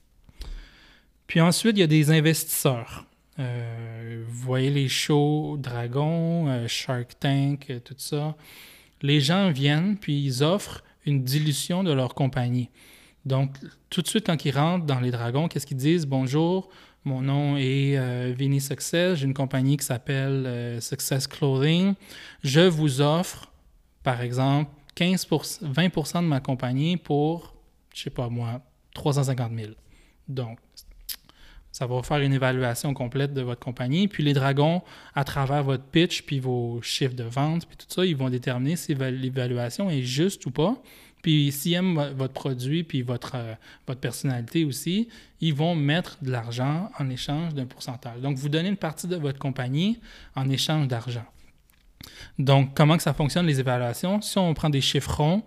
Puis ensuite, il y a des investisseurs. Vous voyez les shows Dragon, Shark Tank, tout ça. Les gens viennent puis ils offrent une dilution de leur compagnie. Donc, tout de suite, quand ils rentrent dans les Dragons, qu'est-ce qu'ils disent? Bonjour, mon nom est Vinny Success, j'ai une compagnie qui s'appelle Success Clothing. Je vous offre, par exemple, 20% de ma compagnie pour, je sais pas moi, 350 000. Donc, ça va faire une évaluation complète de votre compagnie. Puis les dragons, à travers votre pitch, puis vos chiffres de vente, puis tout ça, ils vont déterminer si l'évaluation est juste ou pas. Puis s'ils aiment votre produit, puis votre personnalité aussi, ils vont mettre de l'argent en échange d'un pourcentage. Donc, vous donnez une partie de votre compagnie en échange d'argent. Donc, comment que ça fonctionne, les évaluations? Si on prend des chiffrons,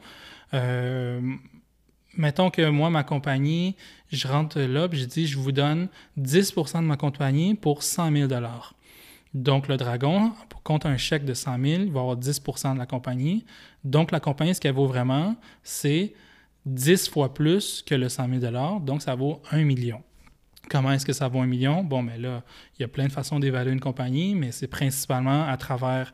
mettons que moi, ma compagnie, je rentre là et je dis, je vous donne 10% de ma compagnie pour 100 000 $. Donc, le dragon, contre un chèque de 100 000, il va avoir 10% de la compagnie. Donc, la compagnie, ce qu'elle vaut vraiment, c'est 10 fois plus que le 100 000 $. Donc, ça vaut 1 million. Comment est-ce que ça vaut 1 million? Bon, mais là, il y a plein de façons d'évaluer une compagnie, mais c'est principalement à travers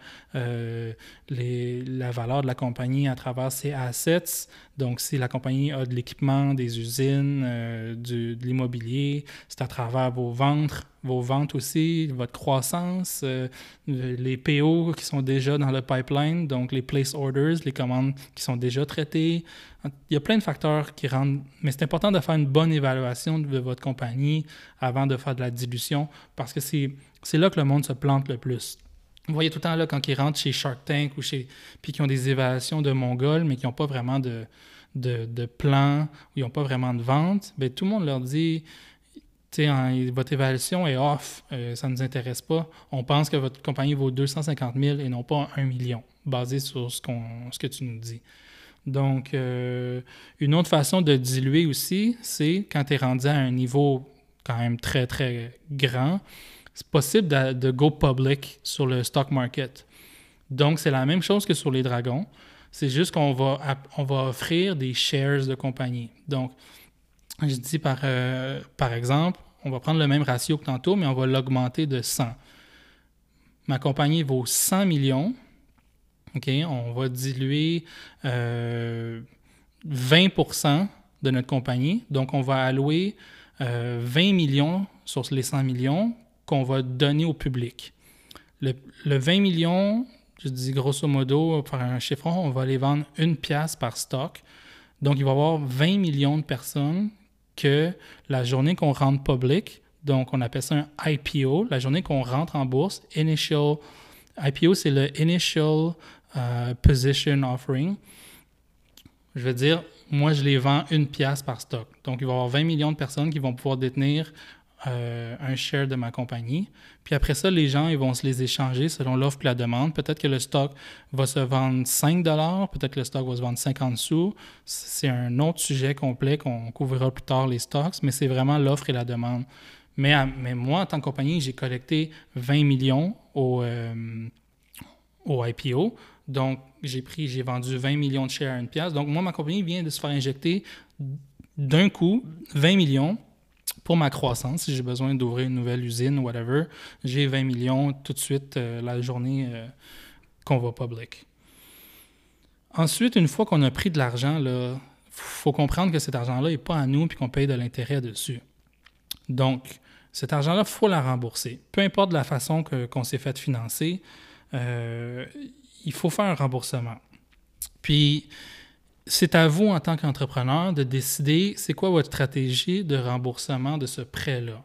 la valeur de la compagnie, à travers ses assets. Donc, si la compagnie a de l'équipement, des usines, de l'immobilier, c'est à travers vos ventes aussi, votre croissance, les PO qui sont déjà dans le pipeline, donc les place orders, les commandes qui sont déjà traitées. Il y a plein de facteurs qui rendent... Mais c'est important de faire une bonne évaluation de votre compagnie avant de faire de la dilution parce que c'est là que le monde se plante le plus. Vous voyez tout le temps là, quand ils rentrent chez Shark Tank ou puis qui ont des évaluations de Mongols, mais qui n'ont pas vraiment de plan, ou ils n'ont pas vraiment de vente, bien, tout le monde leur dit... votre évaluation est off, ça ne nous intéresse pas. On pense que votre compagnie vaut 250 000 et non pas 1 million, basé sur ce que tu nous dis. Donc, une autre façon de diluer aussi, c'est quand tu es rendu à un niveau quand même très, très grand, c'est possible de go public sur le stock market. Donc, c'est la même chose que sur les dragons. C'est juste qu'on va offrir des shares de compagnie. Donc, je dis par exemple, on va prendre le même ratio que tantôt, mais on va l'augmenter de 100. Ma compagnie vaut 100 millions. OK, on va diluer 20% de notre compagnie. Donc, on va allouer 20 millions sur les 100 millions qu'on va donner au public. Le 20 millions, je dis grosso modo, pour faire un chiffron, on va les vendre 1 pièce par stock. Donc, il va y avoir 20 millions de personnes que la journée qu'on rentre public, donc on appelle ça un IPO, la journée qu'on rentre en bourse, IPO, c'est le Initial Position Offering. Je veux dire, moi, je les vends 1 pièce par stock. Donc, il va y avoir 20 millions de personnes qui vont pouvoir détenir un share de ma compagnie. Puis après ça, les gens ils vont se les échanger selon l'offre et la demande. Peut-être que le stock va se vendre 5 $, peut-être que le stock va se vendre 50 sous. C'est un autre sujet complet qu'on couvrira plus tard, les stocks, mais c'est vraiment l'offre et la demande. Mais moi, en tant que compagnie, j'ai collecté 20 millions au IPO. Donc, j'ai vendu 20 millions de shares à 1 pièce. Donc, moi, ma compagnie vient de se faire injecter d'un coup 20 millions pour ma croissance. Si j'ai besoin d'ouvrir une nouvelle usine ou whatever, j'ai 20 millions tout de suite la journée qu'on va public. Ensuite, une fois qu'on a pris de l'argent, il faut comprendre que cet argent-là n'est pas à nous et qu'on paye de l'intérêt dessus. Donc, cet argent-là, il faut la rembourser. Peu importe la façon qu'on s'est fait financer, il faut faire un remboursement. Puis, c'est à vous, en tant qu'entrepreneur, de décider c'est quoi votre stratégie de remboursement de ce prêt-là.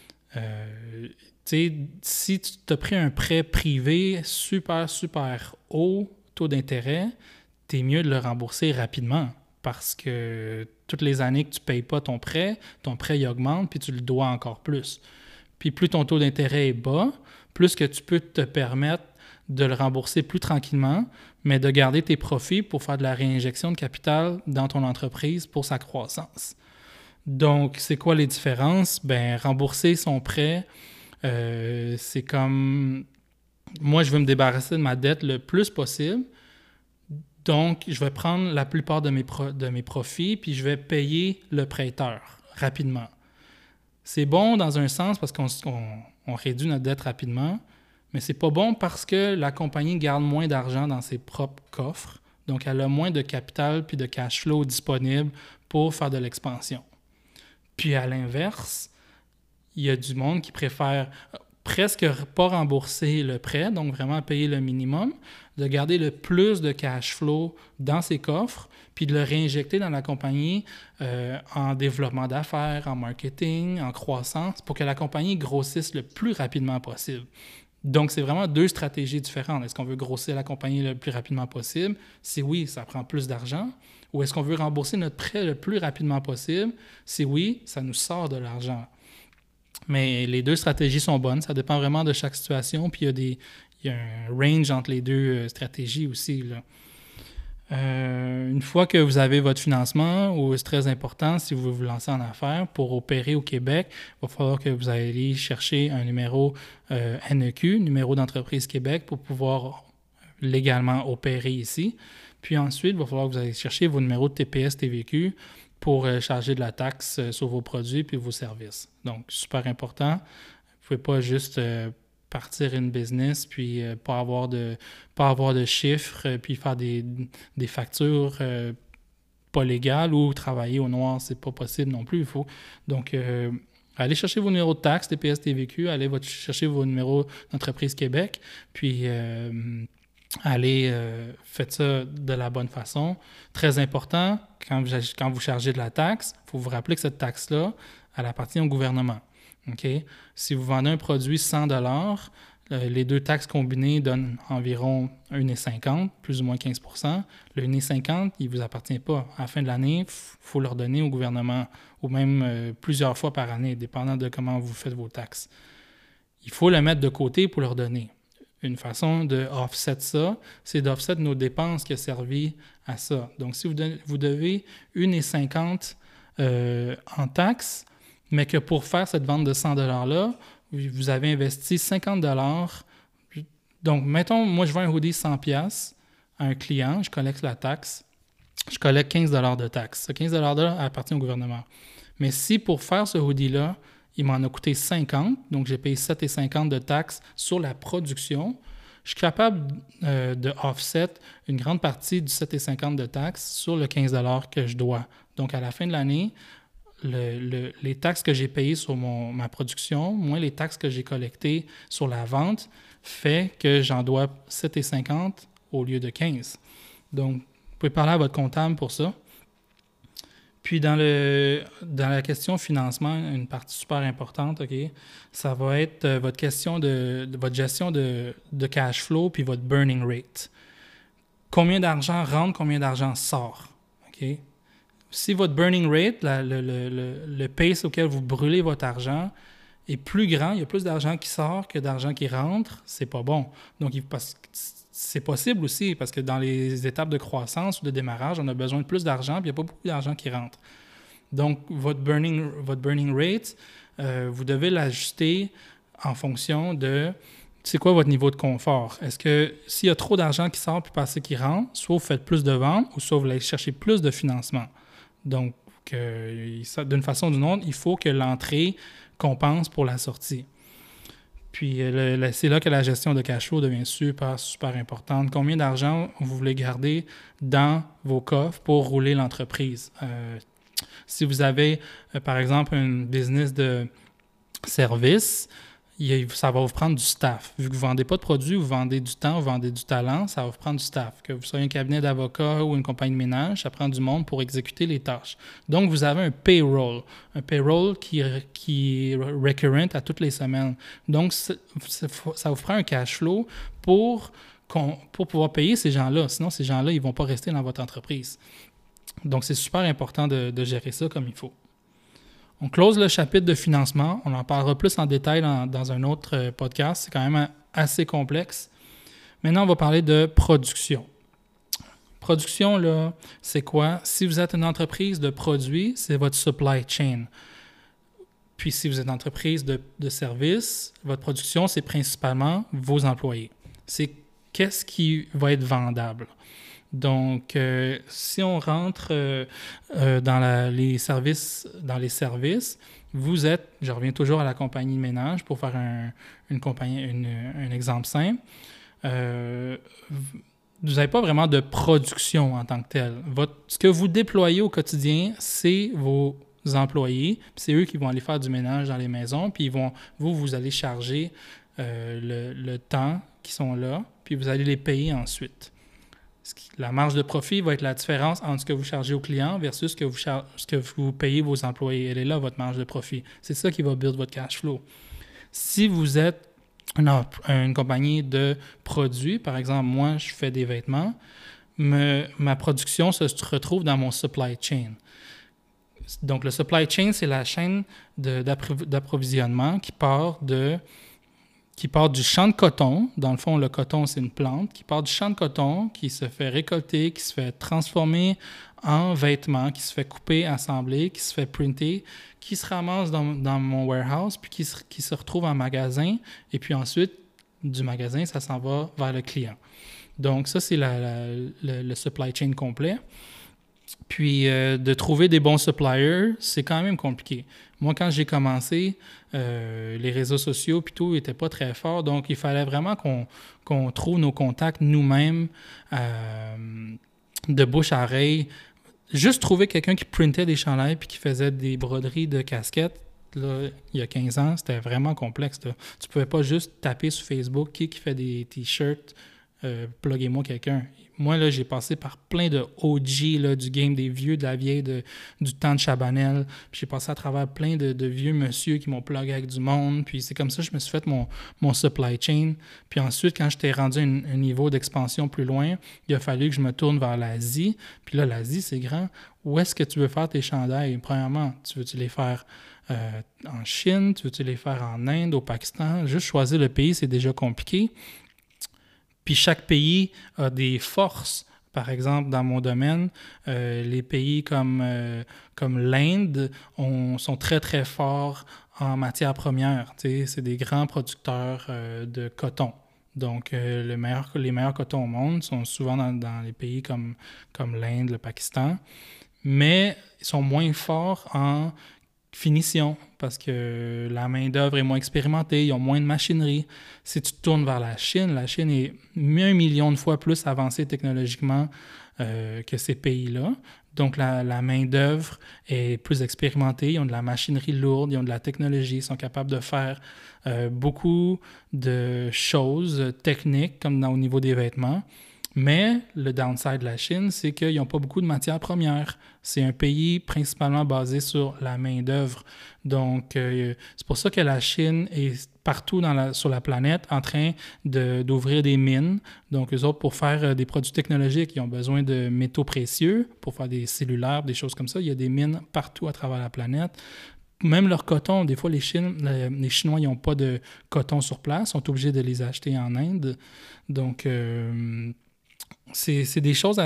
Si tu as pris un prêt privé super, super haut taux d'intérêt, t'es mieux de le rembourser rapidement parce que toutes les années que tu ne payes pas ton prêt il augmente puis tu le dois encore plus. Puis plus ton taux d'intérêt est bas, plus que tu peux te permettre de le rembourser plus tranquillement, mais de garder tes profits pour faire de la réinjection de capital dans ton entreprise pour sa croissance. Donc, c'est quoi les différences? Bien, rembourser son prêt, c'est comme... Moi, je veux me débarrasser de ma dette le plus possible. Donc, je vais prendre la plupart de mes profits, puis je vais payer le prêteur rapidement. C'est bon dans un sens parce qu'on réduit notre dette rapidement, mais c'est pas bon parce que la compagnie garde moins d'argent dans ses propres coffres. Donc, elle a moins de capital puis de cash flow disponible pour faire de l'expansion. Puis, à l'inverse, il y a du monde qui préfère presque pas rembourser le prêt, donc vraiment payer le minimum, de garder le plus de cash flow dans ses coffres, puis de le réinjecter dans la compagnie en développement d'affaires, en marketing, en croissance, pour que la compagnie grossisse le plus rapidement possible. Donc, c'est vraiment deux stratégies différentes. Est-ce qu'on veut grossir la compagnie le plus rapidement possible? Si oui, ça prend plus d'argent. Ou est-ce qu'on veut rembourser notre prêt le plus rapidement possible? Si oui, ça nous sort de l'argent. Mais les deux stratégies sont bonnes. Ça dépend vraiment de chaque situation. Puis il il y a un range entre les deux stratégies aussi, là. Une fois que vous avez votre financement, c'est très important si vous vous lancez en affaires, pour opérer au Québec, il va falloir que vous alliez chercher un numéro NEQ, numéro d'entreprise Québec, pour pouvoir légalement opérer ici. Puis ensuite, il va falloir que vous alliez chercher vos numéros de TPS, TVQ pour charger de la taxe sur vos produits puis vos services. Donc, super important. Vous ne pouvez pas juste partir une business puis pas avoir de chiffres puis faire des factures pas légales ou travailler au noir, c'est pas possible non plus. Il faut donc allez chercher vos numéros de taxes, TPS, TVQ, allez chercher vos numéros d'entreprise Québec, puis allez faites ça de la bonne façon. Très important, quand vous chargez de la taxe, il faut vous rappeler que cette taxe-là, elle appartient au gouvernement. Okay? Si vous vendez un produit 100 $, les deux taxes combinées donnent environ 1,50 $, plus ou moins 15 %. Le 1,50 $, il ne vous appartient pas. À la fin de l'année, il faut le redonner au gouvernement, ou même plusieurs fois par année, dépendant de comment vous faites vos taxes. Il faut le mettre de côté pour le redonner. Une façon de offset ça, c'est d'offset nos dépenses qui ont servi à ça. Donc, si vous devez 1,50 $ en taxes, mais que pour faire cette vente de 100 $-là, vous avez investi 50 $. Donc, mettons, moi, je vends un hoodie 100 $ à un client, je collecte la taxe, je collecte 15 $ de taxe. Ce 15 $ appartient au gouvernement. Mais si pour faire ce hoodie-là, il m'en a coûté 50, donc j'ai payé 7,50 $ de taxes sur la production, je suis capable de offset une grande partie du 7,50 $ de taxes sur le 15 $ que je dois. Donc, à la fin de l'année, les taxes que j'ai payées sur ma production, moins les taxes que j'ai collectées sur la vente, fait que j'en dois 7,50 $ au lieu de 15. Donc, vous pouvez parler à votre comptable pour ça. Puis, dans la question financement, une partie super importante, OK, ça va être votre question de votre gestion de cash flow puis votre burning rate. Combien d'argent rentre, combien d'argent sort, OK? Si votre burning rate, le pace auquel vous brûlez votre argent est plus grand, il y a plus d'argent qui sort que d'argent qui rentre, c'est pas bon. Donc, c'est possible aussi, parce que dans les étapes de croissance ou de démarrage, on a besoin de plus d'argent, puis il n'y a pas beaucoup d'argent qui rentre. Donc, votre burning rate, vous devez l'ajuster en fonction de c'est quoi votre niveau de confort. Est-ce que s'il y a trop d'argent qui sort puis pas assez qui rentre, soit vous faites plus de ventes ou soit vous allez chercher plus de financement. Donc, d'une façon ou d'une autre, il faut que l'entrée compense pour la sortie. Puis, c'est là que la gestion de cash flow devient super, super importante. Combien d'argent vous voulez garder dans vos coffres pour rouler l'entreprise? Si vous avez, par exemple, une business de service, ça va vous prendre du staff. Vu que vous ne vendez pas de produits, vous vendez du temps, vous vendez du talent, ça va vous prendre du staff. Que vous soyez un cabinet d'avocats ou une compagnie de ménage, ça prend du monde pour exécuter les tâches. Donc, vous avez un payroll qui est recurrent à toutes les semaines. Donc, ça vous fera un cash flow pour pouvoir payer ces gens-là. Sinon, ces gens-là, ils ne vont pas rester dans votre entreprise. Donc, c'est super important de gérer ça comme il faut. On close le chapitre de financement. On en parlera plus en détail dans un autre podcast. C'est quand même assez complexe. Maintenant, on va parler de production. Production, là, c'est quoi? Si vous êtes une entreprise de produits, c'est votre supply chain. Puis, si vous êtes une entreprise de services, votre production, c'est principalement vos employés. C'est qu'est-ce qui va être vendable. Donc, si on rentre dans les services, vous êtes, je reviens toujours à la compagnie de ménage pour faire un exemple simple, vous n'avez pas vraiment de production en tant que tel. Ce que vous déployez au quotidien, c'est vos employés, c'est eux qui vont aller faire du ménage dans les maisons, puis vous allez charger le temps qu'ils sont là, puis vous allez les payer ensuite. La marge de profit va être la différence entre ce que vous chargez aux clients versus ce que vous payez vos employés. Elle est là, votre marge de profit. C'est ça qui va build votre cash flow. Si vous êtes une compagnie de produits, par exemple, moi, je fais des vêtements, ma production se retrouve dans mon supply chain. Donc, le supply chain, c'est la chaîne d'approvisionnement qui part de qui part du champ de coton. Dans le fond, le coton, c'est une plante qui part du champ de coton, qui se fait récolter, qui se fait transformer en vêtements, qui se fait couper, assembler, qui se fait printer, qui se ramasse dans mon warehouse, puis qui se retrouve en magasin. Et puis ensuite, du magasin, ça s'en va vers le client. Donc ça, c'est le supply chain complet. Puis de trouver des bons suppliers, c'est quand même compliqué. Moi, quand j'ai commencé, les réseaux sociaux puis tout n'étaient pas très forts, donc il fallait vraiment qu'on trouve nos contacts nous-mêmes de bouche à oreille. Juste trouver quelqu'un qui printait des chandails puis qui faisait des broderies de casquettes, là, il y a 15 ans, c'était vraiment complexe. Là. Tu pouvais pas juste taper sur Facebook qui fait des t-shirts, pluguez-moi quelqu'un. Moi, là, j'ai passé par plein de OG là, du game des vieux, de la vieille, du temps de Chabanel. Puis j'ai passé à travers plein de vieux monsieur qui m'ont plugué avec du monde. Puis c'est comme ça que je me suis fait mon supply chain. Puis ensuite, quand j'étais rendu à un niveau d'expansion plus loin, il a fallu que je me tourne vers l'Asie. Puis là, l'Asie, c'est grand. Où est-ce que tu veux faire tes chandails? Premièrement, tu veux-tu les faire en Chine? Tu veux-tu les faire en Inde, au Pakistan? Juste choisir le pays, c'est déjà compliqué. Puis chaque pays a des forces. Par exemple, dans mon domaine, les pays comme l'Inde sont très, très forts en matières premières. C'est des grands producteurs de coton. Donc, les meilleurs cotons au monde sont souvent dans les pays comme l'Inde, le Pakistan. Mais ils sont moins forts en finition, parce que la main-d'œuvre est moins expérimentée, ils ont moins de machinerie. Si tu te tournes vers la Chine est 1 million de fois plus avancée technologiquement que ces pays-là. Donc, la main-d'œuvre est plus expérimentée, ils ont de la machinerie lourde, ils ont de la technologie, ils sont capables de faire beaucoup de choses techniques, comme au niveau des vêtements. Mais le downside de la Chine, c'est qu'ils n'ont pas beaucoup de matières premières. C'est un pays principalement basé sur la main-d'œuvre. Donc, c'est pour ça que la Chine est partout sur la planète en train d'ouvrir des mines. Donc, eux autres, pour faire des produits technologiques, ils ont besoin de métaux précieux pour faire des cellulaires, des choses comme ça. Il y a des mines partout à travers la planète. Même leur coton, des fois, les Chinois, ils n'ont pas de coton sur place, sont obligés de les acheter en Inde. Donc, c'est des choses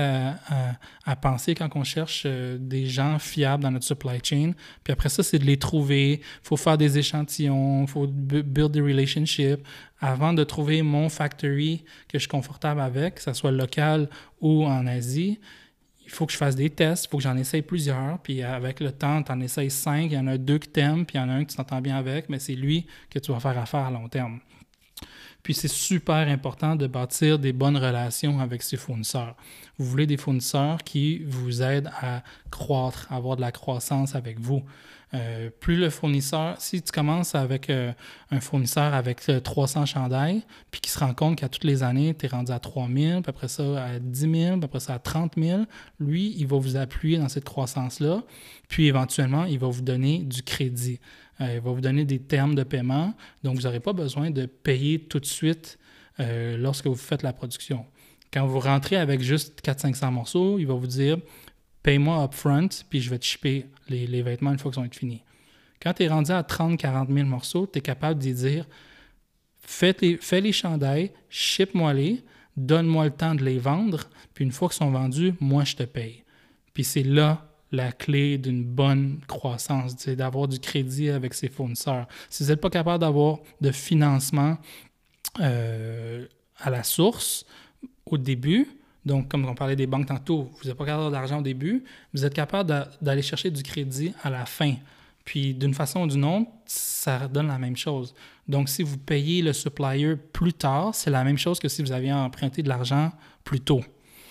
à penser quand on cherche des gens fiables dans notre supply chain. Puis après ça, c'est de les trouver. Il faut faire des échantillons, il faut build des relationships. Avant de trouver mon factory que je suis confortable avec, que ce soit local ou en Asie, il faut que je fasse des tests, il faut que j'en essaye plusieurs. Puis avec le temps, tu en essayes 5, il y en a 2 que tu aimes, puis il y en a un que tu t'entends bien avec, mais c'est lui que tu vas faire affaire à long terme. Puis c'est super important de bâtir des bonnes relations avec ses fournisseurs. Vous voulez des fournisseurs qui vous aident à croître, à avoir de la croissance avec vous. Plus le fournisseur, si tu commences avec un fournisseur avec 300 chandails, puis qui se rend compte qu'à toutes les années, tu es rendu à 3 000, puis après ça à 10 000, puis après ça à 30 000, lui, il va vous appuyer dans cette croissance-là, puis éventuellement, il va vous donner du crédit. Il va vous donner des termes de paiement, donc vous n'aurez pas besoin de payer tout de suite lorsque vous faites la production. Quand vous rentrez avec juste 400-500 morceaux, il va vous dire « paye-moi upfront, puis je vais te shipper les vêtements une fois qu'ils vont être finis ». Quand tu es rendu à 30-40 000 morceaux, tu es capable d'y dire « fais les chandails, ship-moi-les, donne-moi le temps de les vendre, puis une fois qu'ils sont vendus, moi je te paye ». Puis c'est là la clé d'une bonne croissance, c'est d'avoir du crédit avec ses fournisseurs. Si vous n'êtes pas capable d'avoir de financement à la source au début, donc comme on parlait des banques tantôt, vous n'êtes pas capable d'avoir de l'argent au début, vous êtes capable d'aller chercher du crédit à la fin. Puis d'une façon ou d'une autre, ça donne la même chose. Donc si vous payez le supplier plus tard, c'est la même chose que si vous aviez emprunté de l'argent plus tôt.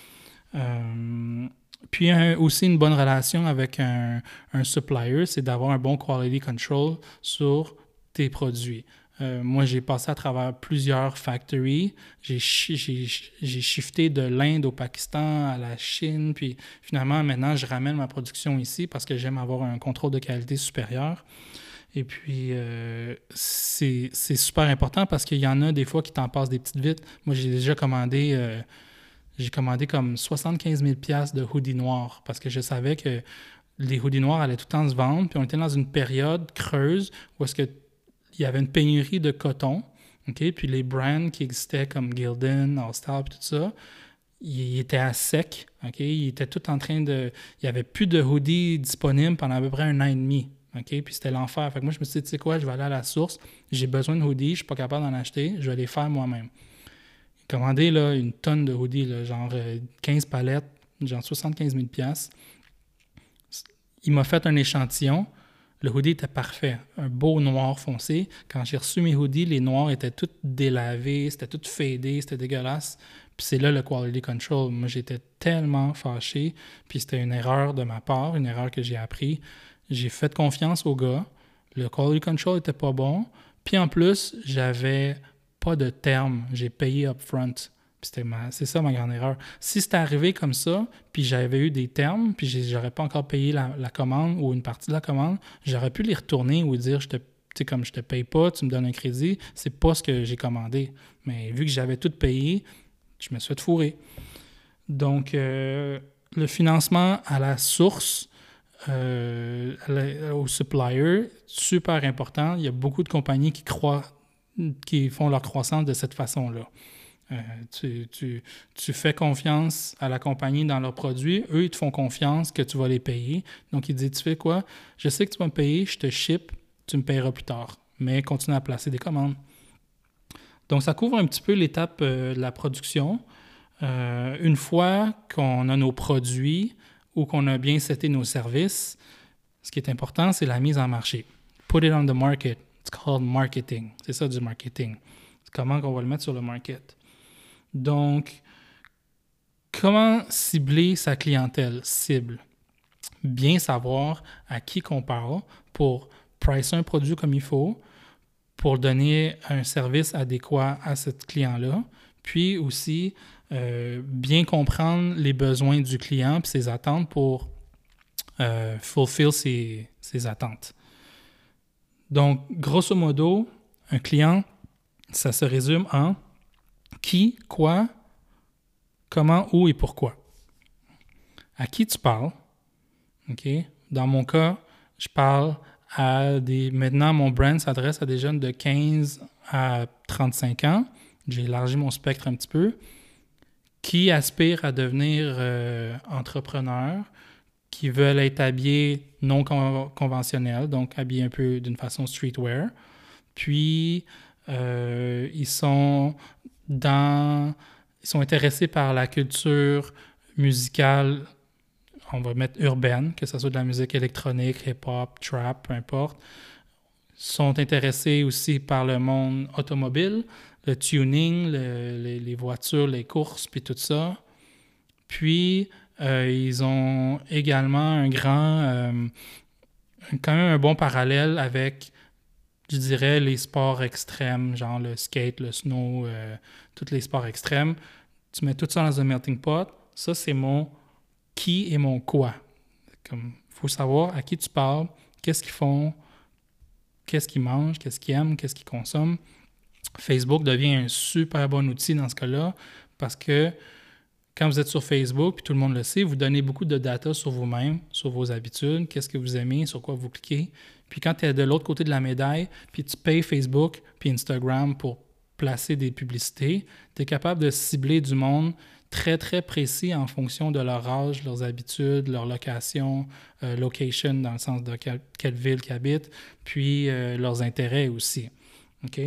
Puis aussi une bonne relation avec un supplier, c'est d'avoir un bon quality control sur tes produits. Moi, j'ai passé à travers plusieurs factories. J'ai shifté de l'Inde au Pakistan, à la Chine, puis finalement, maintenant, je ramène ma production ici parce que j'aime avoir un contrôle de qualité supérieur. Et puis, c'est super important parce qu'il y en a des fois qui t'en passent des petites vites. Moi, j'ai déjà commandé... J'ai commandé comme 75 000 $ de hoodies noirs parce que je savais que les hoodies noirs allaient tout le temps se vendre. Puis on était dans une période creuse où est-ce qu'il y avait une pénurie de coton. OK? Puis les brands qui existaient comme Gildan, All Star, puis tout ça, ils étaient à sec. OK? Ils étaient tout en train de... Il n'y avait plus de hoodies disponibles pendant à peu près 1 an et demi. OK? Puis c'était l'enfer. Fait que moi, je me suis dit, tu sais quoi, je vais aller à la source. J'ai besoin de hoodies, je suis pas capable d'en acheter. Je vais les faire moi-même. J'ai commandé là, une tonne de hoodies, là, genre 15 palettes, genre 75 000 $. Il m'a fait un échantillon. Le hoodie était parfait. Un beau noir foncé. Quand j'ai reçu mes hoodies, les noirs étaient tous délavés, c'était tout fadé, c'était dégueulasse. Puis c'est là le quality control. Moi, j'étais tellement fâché. Puis c'était une erreur de ma part, une erreur que j'ai appris. J'ai fait confiance au gars. Le quality control était pas bon. Puis en plus, j'avais pas de terme. J'ai payé upfront. Puis c'est ça ma grande erreur. Si c'était arrivé comme ça, puis j'avais eu des termes, puis j'aurais pas encore payé la commande ou une partie de la commande, j'aurais pu les retourner ou dire, tu sais, comme je te paye pas, tu me donnes un crédit, c'est pas ce que j'ai commandé. Mais vu que j'avais tout payé, je me suis fait fourrer. Donc, le financement à la source, au supplier, super important. Il y a beaucoup de compagnies qui font leur croissance de cette façon-là. Tu fais confiance à la compagnie dans leurs produits. Eux, ils te font confiance que tu vas les payer. Donc, ils te disent, tu fais quoi? Je sais que tu vas me payer, je te ship, tu me payeras plus tard. Mais continue à placer des commandes. Donc, ça couvre un petit peu l'étape de la production. Une fois qu'on a nos produits ou qu'on a bien seté nos services, ce qui est important, c'est la mise en marché. Put it on the market. It's called marketing. C'est ça du marketing. C'est comment on va le mettre sur le market. Donc, comment cibler sa clientèle cible? Bien savoir à qui qu'on parle pour pricer un produit comme il faut, pour donner un service adéquat à ce client-là, puis aussi bien comprendre les besoins du client et ses attentes pour fulfill ses attentes. Donc, grosso modo, un client, ça se résume en qui, quoi, comment, où et pourquoi. À qui tu parles? OK? Dans mon cas, je parle à des... Maintenant, mon brand s'adresse à des jeunes de 15 à 35 ans. J'ai élargi mon spectre un petit peu. Qui aspirent à devenir entrepreneurs, qui veulent être habillés non conventionnels, donc habillés un peu d'une façon streetwear. Puis, ils sont intéressés par la culture musicale, on va mettre urbaine, que ce soit de la musique électronique, hip-hop, trap, peu importe. Ils sont intéressés aussi par le monde automobile, le tuning, les voitures, les courses, puis tout ça. Puis, ils ont également quand même un bon parallèle avec, je dirais, les sports extrêmes, genre le skate, le snow, tous les sports extrêmes. Tu mets tout ça dans un melting pot. Ça, c'est mon qui et mon quoi. Il faut savoir à qui tu parles, qu'est-ce qu'ils font, qu'est-ce qu'ils mangent, qu'est-ce qu'ils aiment, qu'est-ce qu'ils consomment. Facebook devient un super bon outil dans ce cas-là parce que quand vous êtes sur Facebook, puis tout le monde le sait, vous donnez beaucoup de data sur vous-même, sur vos habitudes, qu'est-ce que vous aimez, sur quoi vous cliquez. Puis quand tu es de l'autre côté de la médaille, puis tu payes Facebook puis Instagram pour placer des publicités, tu es capable de cibler du monde très, très précis en fonction de leur âge, leurs habitudes, leur location, location dans le sens de quelle ville qu'ils habitent, puis leurs intérêts aussi. OK?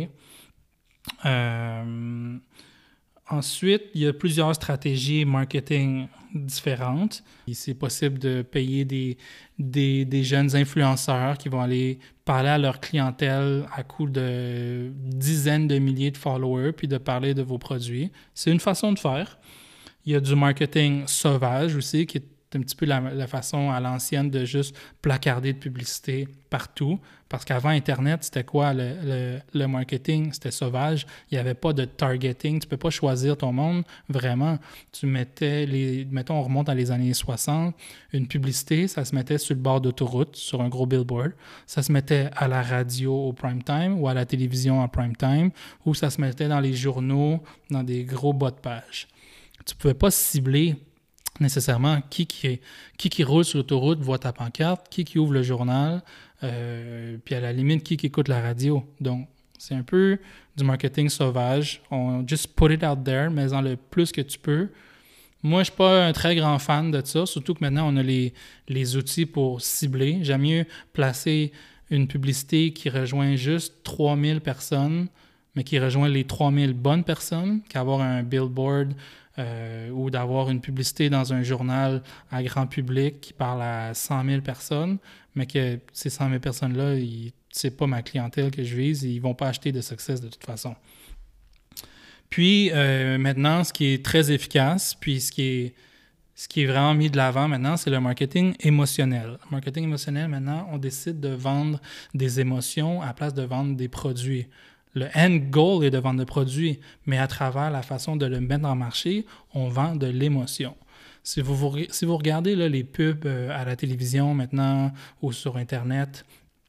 Ensuite, il y a plusieurs stratégies marketing différentes. C'est possible de payer des jeunes influenceurs qui vont aller parler à leur clientèle à coup de dizaines de milliers de followers puis de parler de vos produits. C'est une façon de faire. Il y a du marketing sauvage aussi, qui est un petit peu la façon à l'ancienne de juste placarder de publicité partout. Parce qu'avant Internet, c'était quoi le marketing? C'était sauvage. Il n'y avait pas de targeting. Tu ne peux pas choisir ton monde. Vraiment, tu mettais mettons, on remonte dans les années 60, une publicité, ça se mettait sur le bord d'autoroute, sur un gros billboard. Ça se mettait à la radio au prime time ou à la télévision en prime time, ou ça se mettait dans les journaux, dans des gros bas de page. Tu ne pouvais pas cibler nécessairement qui roule sur l'autoroute voit ta pancarte, qui ouvre le journal, puis à la limite, qui écoute la radio. Donc, C'est un peu du marketing sauvage. On just put it out there, mets-en le plus que tu peux. Moi, je ne suis pas un très grand fan de ça, surtout que maintenant, on a les outils pour cibler. J'aime mieux placer une publicité qui rejoint juste 3000 personnes, mais qui rejoint les 3000 bonnes personnes, qu'avoir un billboard ou d'avoir une publicité dans un journal à grand public qui parle à 100 000 personnes, mais que ces 100 000 personnes-là, c'est pas ma clientèle que je vise, ils vont pas acheter de Success de toute façon. Puis maintenant, ce qui est très efficace, puis ce qui est vraiment mis de l'avant maintenant, c'est le marketing émotionnel. Le marketing émotionnel, maintenant, on décide de vendre des émotions à la place de vendre des produits. Le end goal est de vendre des produits, mais à travers la façon de le mettre en marché, on vend de l'émotion. Si vous regardez là, les pubs à la télévision maintenant ou sur Internet,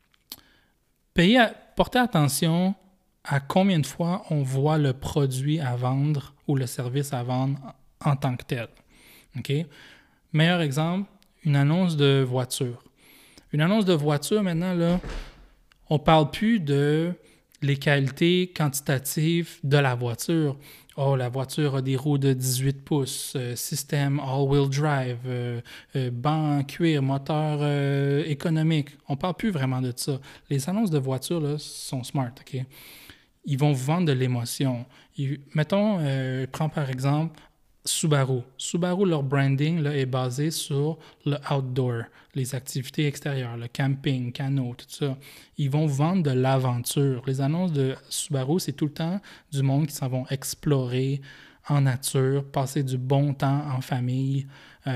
portez attention à combien de fois on voit le produit à vendre ou le service à vendre en tant que tel. Okay? Meilleur exemple, une annonce de voiture. Une annonce de voiture, maintenant, là, on ne parle plus de les qualités quantitatives de la voiture. Oh, la voiture a des roues de 18 pouces, système all-wheel drive, banc en cuir, moteur économique. On ne parle plus vraiment de ça. Les annonces de voiture là, sont smart, OK? Ils vont vous vendre de l'émotion. Mettons, prends par exemple Subaru. Subaru, leur branding là, est basé sur le outdoor, les activités extérieures, le camping, canot, tout ça. Ils vont vendre de l'aventure. Les annonces de Subaru, c'est tout le temps du monde qui s'en vont explorer en nature, passer du bon temps en famille,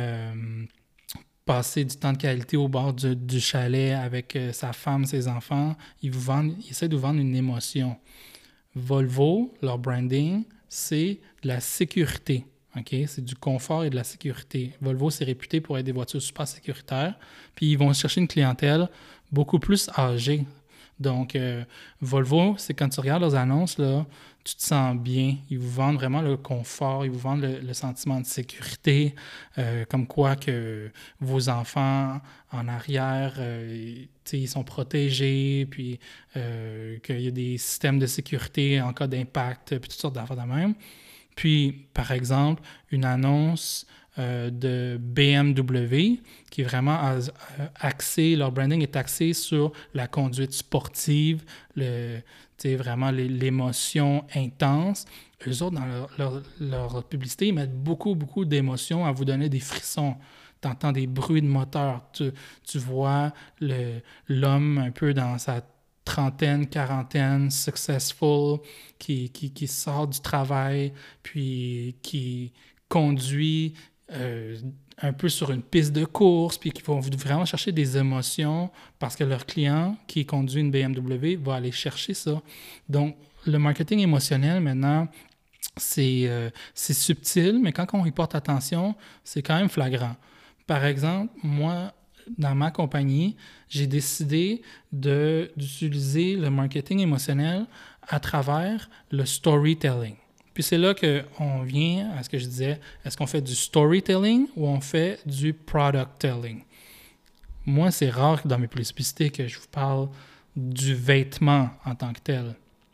passer du temps de qualité au bord du chalet avec sa femme, ses enfants. Ils essaient de vous vendre une émotion. Volvo, leur branding, c'est de la sécurité. Okay? C'est du confort et de la sécurité. Volvo, c'est réputé pour être des voitures super sécuritaires. Puis, ils vont chercher une clientèle beaucoup plus âgée. Donc, Volvo, c'est quand tu regardes leurs annonces, là, tu te sens bien. Ils vous vendent vraiment le confort, ils vous vendent le sentiment de sécurité, comme quoi que vos enfants en arrière, ils sont protégés, puis qu'il y a des systèmes de sécurité en cas d'impact, puis toutes sortes d'affaires de même. Puis, par exemple, une annonce de BMW qui est vraiment axée, leur branding est axé sur la conduite sportive, vraiment l'émotion intense. Eux autres, dans leur publicité, ils mettent beaucoup, beaucoup d'émotions à vous donner des frissons. Tu entends des bruits de moteur, tu vois l'homme un peu dans sa trentaine, quarantaine, successful, qui sort du travail, puis qui conduit un peu sur une piste de course, puis qui vont vraiment chercher des émotions parce que leur client qui conduit une BMW va aller chercher ça. Donc, le marketing émotionnel, maintenant, c'est subtil, mais quand on y porte attention, c'est quand même flagrant. Par exemple, moi, dans ma compagnie, j'ai décidé d'utiliser le marketing émotionnel à travers le storytelling. Puis c'est là qu'on vient à ce que je disais, est-ce qu'on fait du storytelling ou on fait du product telling? Moi, c'est rare que dans mes publicités que je vous parle du vêtement en tant que tel.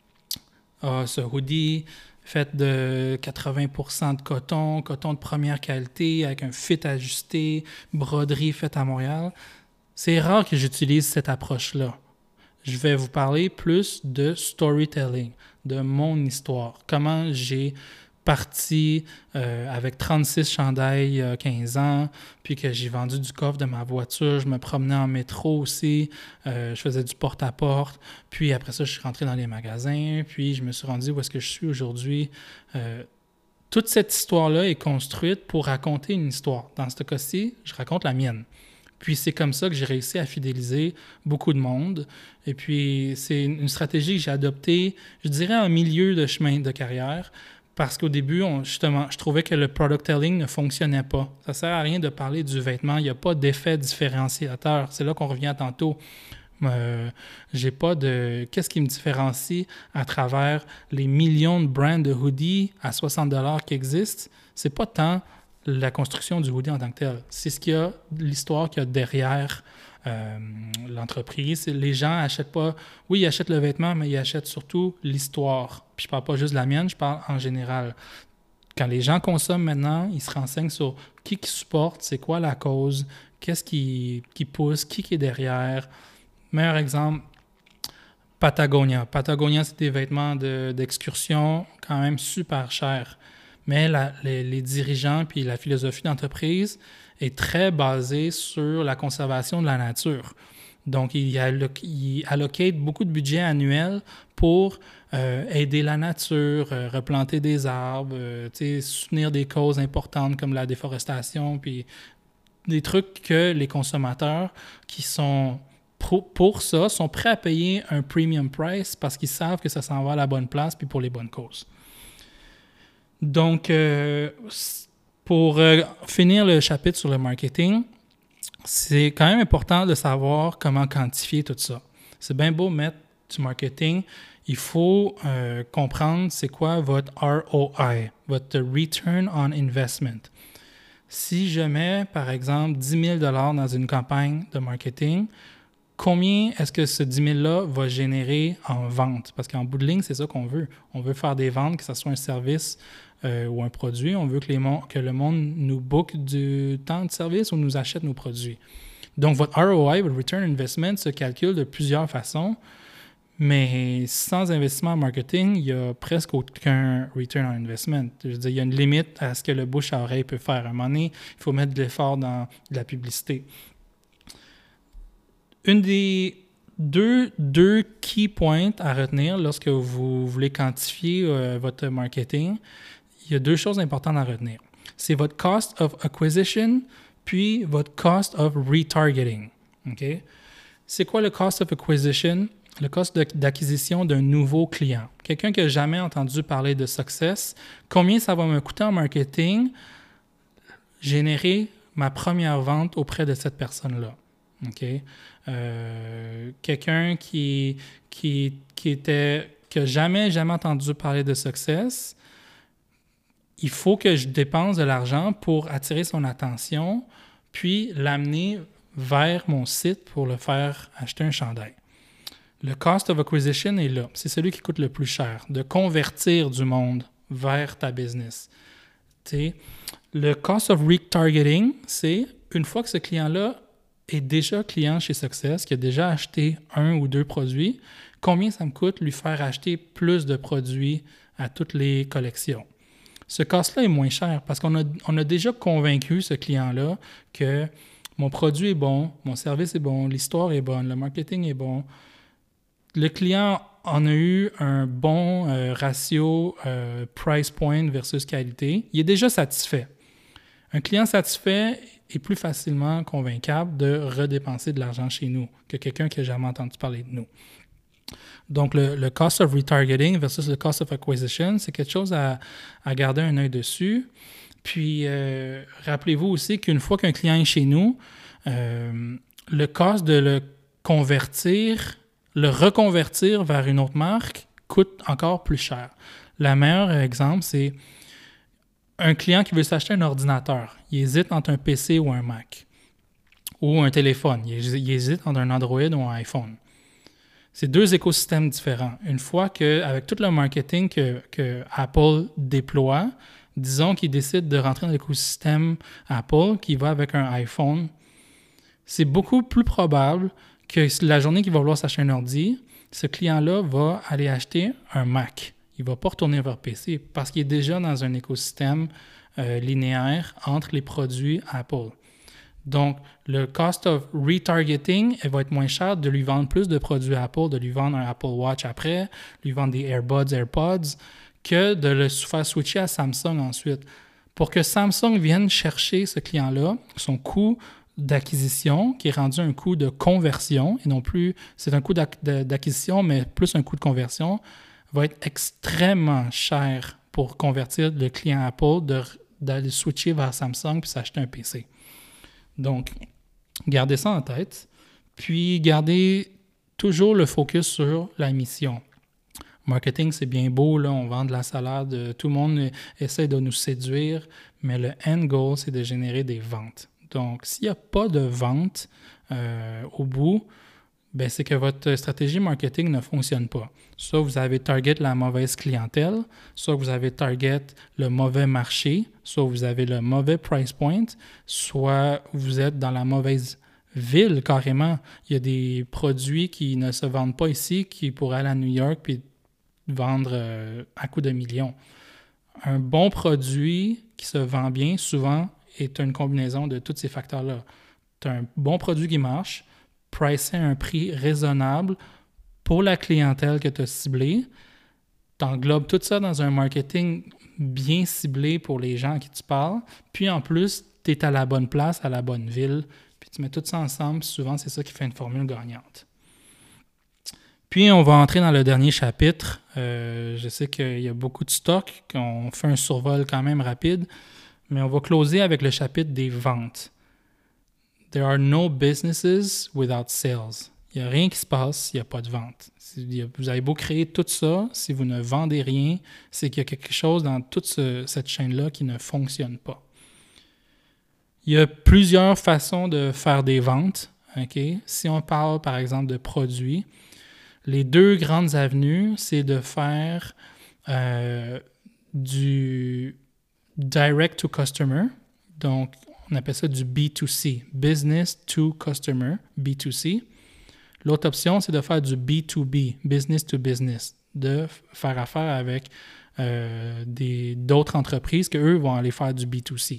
Ce hoodie fait de 80% de coton de première qualité avec un fit ajusté, broderie faite à Montréal. C'est rare que j'utilise cette approche-là. Je vais vous parler plus de storytelling, de mon histoire. Comment j'ai parti avec 36 chandails il y a 15 ans, puis que j'ai vendu du coffre de ma voiture. Je me promenais en métro aussi. Je faisais du porte-à-porte. Puis après ça, je suis rentré dans les magasins. Puis je me suis rendu où est-ce que je suis aujourd'hui. Toute cette histoire-là est construite pour raconter une histoire. Dans ce cas-ci, je raconte la mienne. Puis c'est comme ça que j'ai réussi à fidéliser beaucoup de monde. Et puis c'est une stratégie que j'ai adoptée, je dirais, en milieu de chemin de carrière, parce qu'au début, justement, je trouvais que le product telling ne fonctionnait pas. Ça ne sert à rien de parler du vêtement, il n'y a pas d'effet différenciateur. C'est là qu'on revient tantôt. J'ai pas de... Qu'est-ce qui me différencie à travers les millions de brands de hoodies à 60$ qui existent? C'est pas tant la construction du hoodie en tant que tel. C'est l'histoire qu'il y a derrière l'entreprise. Les gens achètent pas... Oui, ils achètent le vêtement, mais ils achètent surtout l'histoire. Puis je parle pas juste de la mienne, je parle en général. Quand les gens consomment maintenant, ils se renseignent sur qui supporte, c'est quoi la cause, qu'est-ce qui pousse, qui est derrière. Meilleur exemple, Patagonia. Patagonia, c'est des vêtements d'excursion quand même super chers. Mais les dirigeants puis la philosophie d'entreprise est très basée sur la conservation de la nature. Donc, ils alloquent beaucoup de budget annuel pour aider la nature, replanter des arbres, soutenir des causes importantes comme la déforestation, puis des trucs que les consommateurs qui sont pour ça sont prêts à payer un premium price parce qu'ils savent que ça s'en va à la bonne place puis pour les bonnes causes. Donc, pour finir le chapitre sur le marketing, c'est quand même important de savoir comment quantifier tout ça. C'est bien beau mettre du marketing, il faut comprendre c'est quoi votre ROI, votre Return on Investment. Si je mets, par exemple, 10 000 $ dans une campagne de marketing, combien est-ce que ce 10 000 $ va générer en vente? Parce qu'en bout de ligne, c'est ça qu'on veut. On veut faire des ventes, que ce soit un service ou un produit. On veut que le monde nous book du temps de service ou nous achète nos produits. Donc, votre ROI, votre Return on Investment, se calcule de plusieurs façons, mais sans investissement en marketing, il n'y a presque aucun Return on Investment. Je veux dire, il y a une limite à ce que le bouche à oreille peut faire. À un moment donné, il faut mettre de l'effort dans de la publicité. Une des deux key points à retenir lorsque vous voulez quantifier votre marketing, il y a deux choses importantes à retenir. C'est votre cost of acquisition puis votre cost of retargeting. Okay? C'est quoi le cost of acquisition? Le cost d'acquisition d'un nouveau client. Quelqu'un qui n'a jamais entendu parler de Success, combien ça va me coûter en marketing générer ma première vente auprès de cette personne-là? Okay? Quelqu'un qui n'a jamais entendu parler de Success, il faut que je dépense de l'argent pour attirer son attention, puis l'amener vers mon site pour le faire acheter un chandail. Le cost of acquisition est là. C'est celui qui coûte le plus cher, de convertir du monde vers ta business. T'sais, le cost of retargeting, c'est une fois que ce client-là est déjà client chez Success, qui a déjà acheté un ou deux produits, combien ça me coûte lui faire acheter plus de produits à toutes les collections? Ce cost-là est moins cher parce qu'on a déjà convaincu ce client-là que mon produit est bon, mon service est bon, l'histoire est bonne, le marketing est bon. Le client en a eu un bon ratio price point versus qualité. Il est déjà satisfait. Un client satisfait est plus facilement convaincable de redépenser de l'argent chez nous que quelqu'un qui n'a jamais entendu parler de nous. Donc, le cost of retargeting versus le cost of acquisition, c'est quelque chose à garder un œil dessus. Puis, rappelez-vous aussi qu'une fois qu'un client est chez nous, le cost de le reconvertir vers une autre marque coûte encore plus cher. Le meilleur exemple, c'est un client qui veut s'acheter un ordinateur. Il hésite entre un PC ou un Mac. Ou un téléphone. Il hésite entre un Android ou un iPhone. C'est deux écosystèmes différents. Une fois qu'avec tout le marketing que Apple déploie, disons qu'il décide de rentrer dans l'écosystème Apple, qui va avec un iPhone, c'est beaucoup plus probable que la journée qu'il va vouloir s'acheter un ordi, ce client-là va aller acheter un Mac. Il ne va pas retourner vers PC parce qu'il est déjà dans un écosystème linéaire entre les produits Apple. Donc, le cost of retargeting, il va être moins cher de lui vendre plus de produits Apple, de lui vendre un Apple Watch après, lui vendre des AirPods, que de le faire switcher à Samsung ensuite. Pour que Samsung vienne chercher ce client-là, son coût d'acquisition, qui est rendu un coût de conversion, et non plus, c'est un coût d'acquisition, mais plus un coût de conversion, va être extrêmement cher pour convertir le client Apple d'aller switcher vers Samsung puis s'acheter un PC. Donc, gardez ça en tête, puis gardez toujours le focus sur la mission. Marketing, c'est bien beau, là, on vend de la salade, tout le monde essaie de nous séduire, mais le end goal, c'est de générer des ventes. Donc, s'il n'y a pas de vente au bout, ben, c'est que votre stratégie marketing ne fonctionne pas. Soit vous avez target la mauvaise clientèle, soit vous avez target le mauvais marché, soit vous avez le mauvais price point, soit vous êtes dans la mauvaise ville carrément. Il y a des produits qui ne se vendent pas ici qui pourraient aller à New York puis vendre à coups de millions. Un bon produit qui se vend bien, souvent, est une combinaison de tous ces facteurs-là. Tu as un bon produit qui marche, pricé à un prix raisonnable pour la clientèle que tu as ciblée. Tu englobes tout ça dans un marketing bien ciblé pour les gens à qui tu parles. Puis en plus, tu es à la bonne place, à la bonne ville. Puis tu mets tout ça ensemble. Souvent, c'est ça qui fait une formule gagnante. Puis on va entrer dans le dernier chapitre. Je sais qu'il y a beaucoup de stock, qu'on fait un survol quand même rapide. Mais on va closer avec le chapitre des ventes. There are no businesses without sales. Il n'y a rien qui se passe s'il n'y a pas de vente. Vous avez beau créer tout ça, si vous ne vendez rien, c'est qu'il y a quelque chose dans toute cette chaîne-là qui ne fonctionne pas. Il y a plusieurs façons de faire des ventes. Okay? Si on parle par exemple de produits, les deux grandes avenues, c'est de faire du direct to customer. Donc, on appelle ça du B2C, business to customer, B2C. L'autre option, c'est de faire du B2B, business to business, de faire affaire avec d'autres entreprises qu'eux vont aller faire du B2C.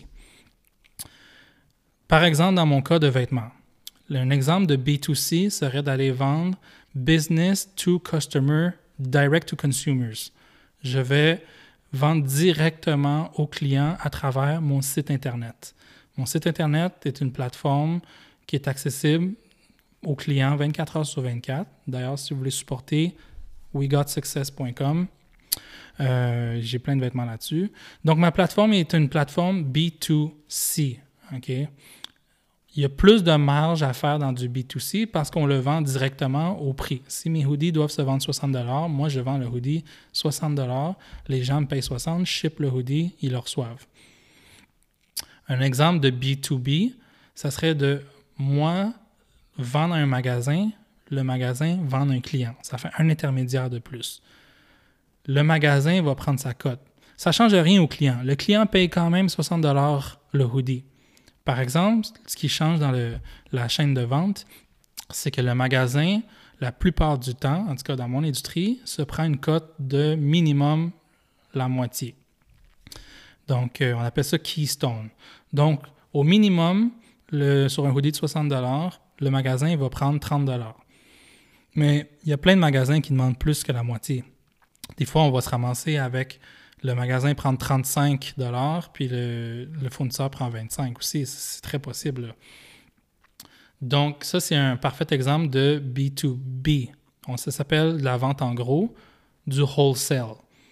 Par exemple, dans mon cas de vêtements, un exemple de B2C serait d'aller vendre business to customer, direct to consumers. Je vais vendre directement aux clients à travers mon site Internet. Mon site Internet est une plateforme qui est accessible aux clients 24 heures sur 24. D'ailleurs, si vous voulez supporter, wegotsuccess.com. J'ai plein de vêtements là-dessus. Donc, ma plateforme est une plateforme B2C. Okay? Il y a plus de marge à faire dans du B2C parce qu'on le vend directement au prix. Si mes hoodies doivent se vendre 60 $, moi, je vends le hoodie 60 $. Les gens me payent 60 $, je ship le hoodie, ils le reçoivent. Un exemple de B2B, ça serait de moi vendre à un magasin, le magasin vendre à un client. Ça fait un intermédiaire de plus. Le magasin va prendre sa cote. Ça ne change rien au client. Le client paye quand même 60 $ le hoodie. Par exemple, ce qui change dans la chaîne de vente, c'est que le magasin, la plupart du temps, en tout cas dans mon industrie, se prend une cote de minimum la moitié. Donc, on appelle ça Keystone. Donc, au minimum, sur un hoodie de 60 $, le magasin va prendre 30 $. Mais il y a plein de magasins qui demandent plus que la moitié. Des fois, on va se ramasser avec le magasin prendre 35 $, puis le fournisseur prend 25 aussi. C'est très possible, là. Donc, ça, c'est un parfait exemple de B2B. Ça s'appelle la vente en gros, du wholesale.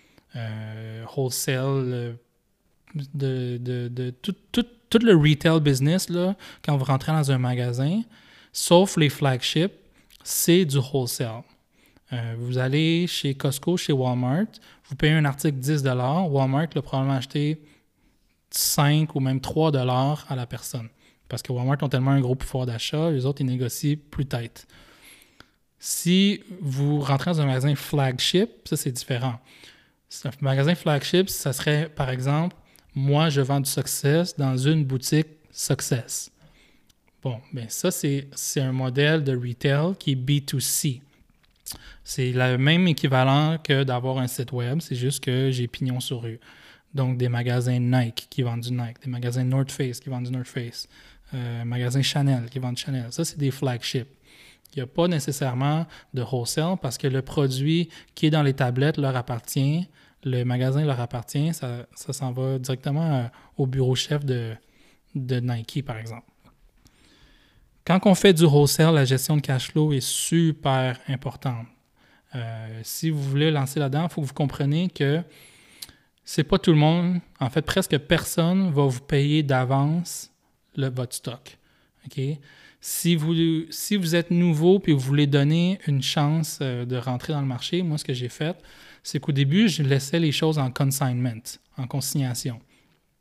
Wholesale, de tout le retail business, là, quand vous rentrez dans un magasin, sauf les flagships, c'est du wholesale. Vous allez chez Costco, chez Walmart, vous payez un article 10 $, Walmart l'a probablement acheté 5 ou même 3 $ à la personne. Parce que Walmart ont tellement un gros pouvoir d'achat, les autres, ils négocient plus tête. Si vous rentrez dans un magasin flagship, ça, c'est différent. Un magasin flagship, ça serait, par exemple, moi, je vends du Success dans une boutique Success. Bon, bien ça, c'est un modèle de retail qui est B2C. C'est le même équivalent que d'avoir un site web, c'est juste que j'ai pignon sur rue. Donc, des magasins Nike qui vendent du Nike, des magasins North Face qui vendent du North Face, magasins Chanel qui vendent du Chanel. Ça, c'est des flagships. Il n'y a pas nécessairement de wholesale parce que le produit qui est dans les tablettes leur appartient, le magasin leur appartient, ça s'en va directement au bureau chef de Nike, par exemple. Quand on fait du wholesale, la gestion de cash flow est super importante. Si vous voulez lancer là-dedans, il faut que vous compreniez que c'est pas tout le monde, en fait, presque personne va vous payer d'avance votre stock. Okay? Si vous êtes nouveau et vous voulez donner une chance de rentrer dans le marché, moi, ce que j'ai fait, c'est qu'au début, je laissais les choses en consignment, en consignation.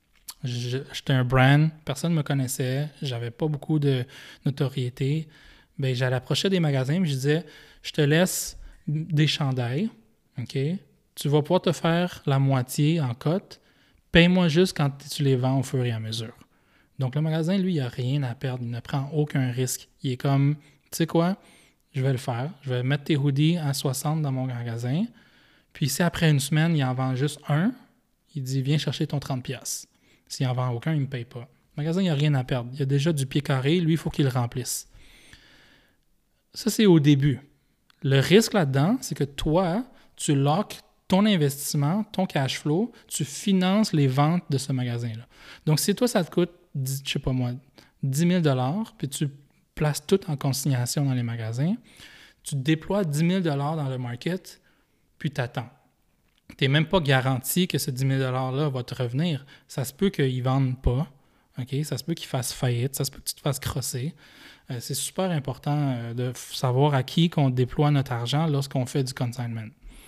J'étais un brand, personne ne me connaissait, j'avais pas beaucoup de notoriété. Ben, j'allais approcher des magasins et je disais, je te laisse des chandails, OK? Tu vas pouvoir te faire la moitié en cote. Paye-moi juste quand tu les vends au fur et à mesure. Donc, le magasin, lui, il n'a rien à perdre. Il ne prend aucun risque. Il est comme, tu sais quoi? Je vais le faire. Je vais mettre tes hoodies à 60 dans mon magasin. Puis si après une semaine, il en vend juste un, il dit, viens chercher ton 30$. S'il n'en vend aucun, il ne me paye pas. Le magasin, il n'a rien à perdre. Il y a déjà du pied carré. Lui, il faut qu'il le remplisse. Ça, c'est au début. Le risque là-dedans, c'est que toi, tu lockes ton investissement, ton cash flow, tu finances les ventes de ce magasin-là. Donc, si toi, ça te coûte, je sais pas moi, 10 000 puis tu places tout en consignation dans les magasins, tu déploies 10 000 dans le market, puis tu attends. Tu n'es même pas garanti que ce 10 000 $-là va te revenir. Ça se peut qu'ils ne vendent pas. Okay? Ça se peut qu'ils fassent faillite. Ça se peut que tu te fasses crosser. C'est super important de savoir à qui qu'on déploie notre argent lorsqu'on fait du consignment.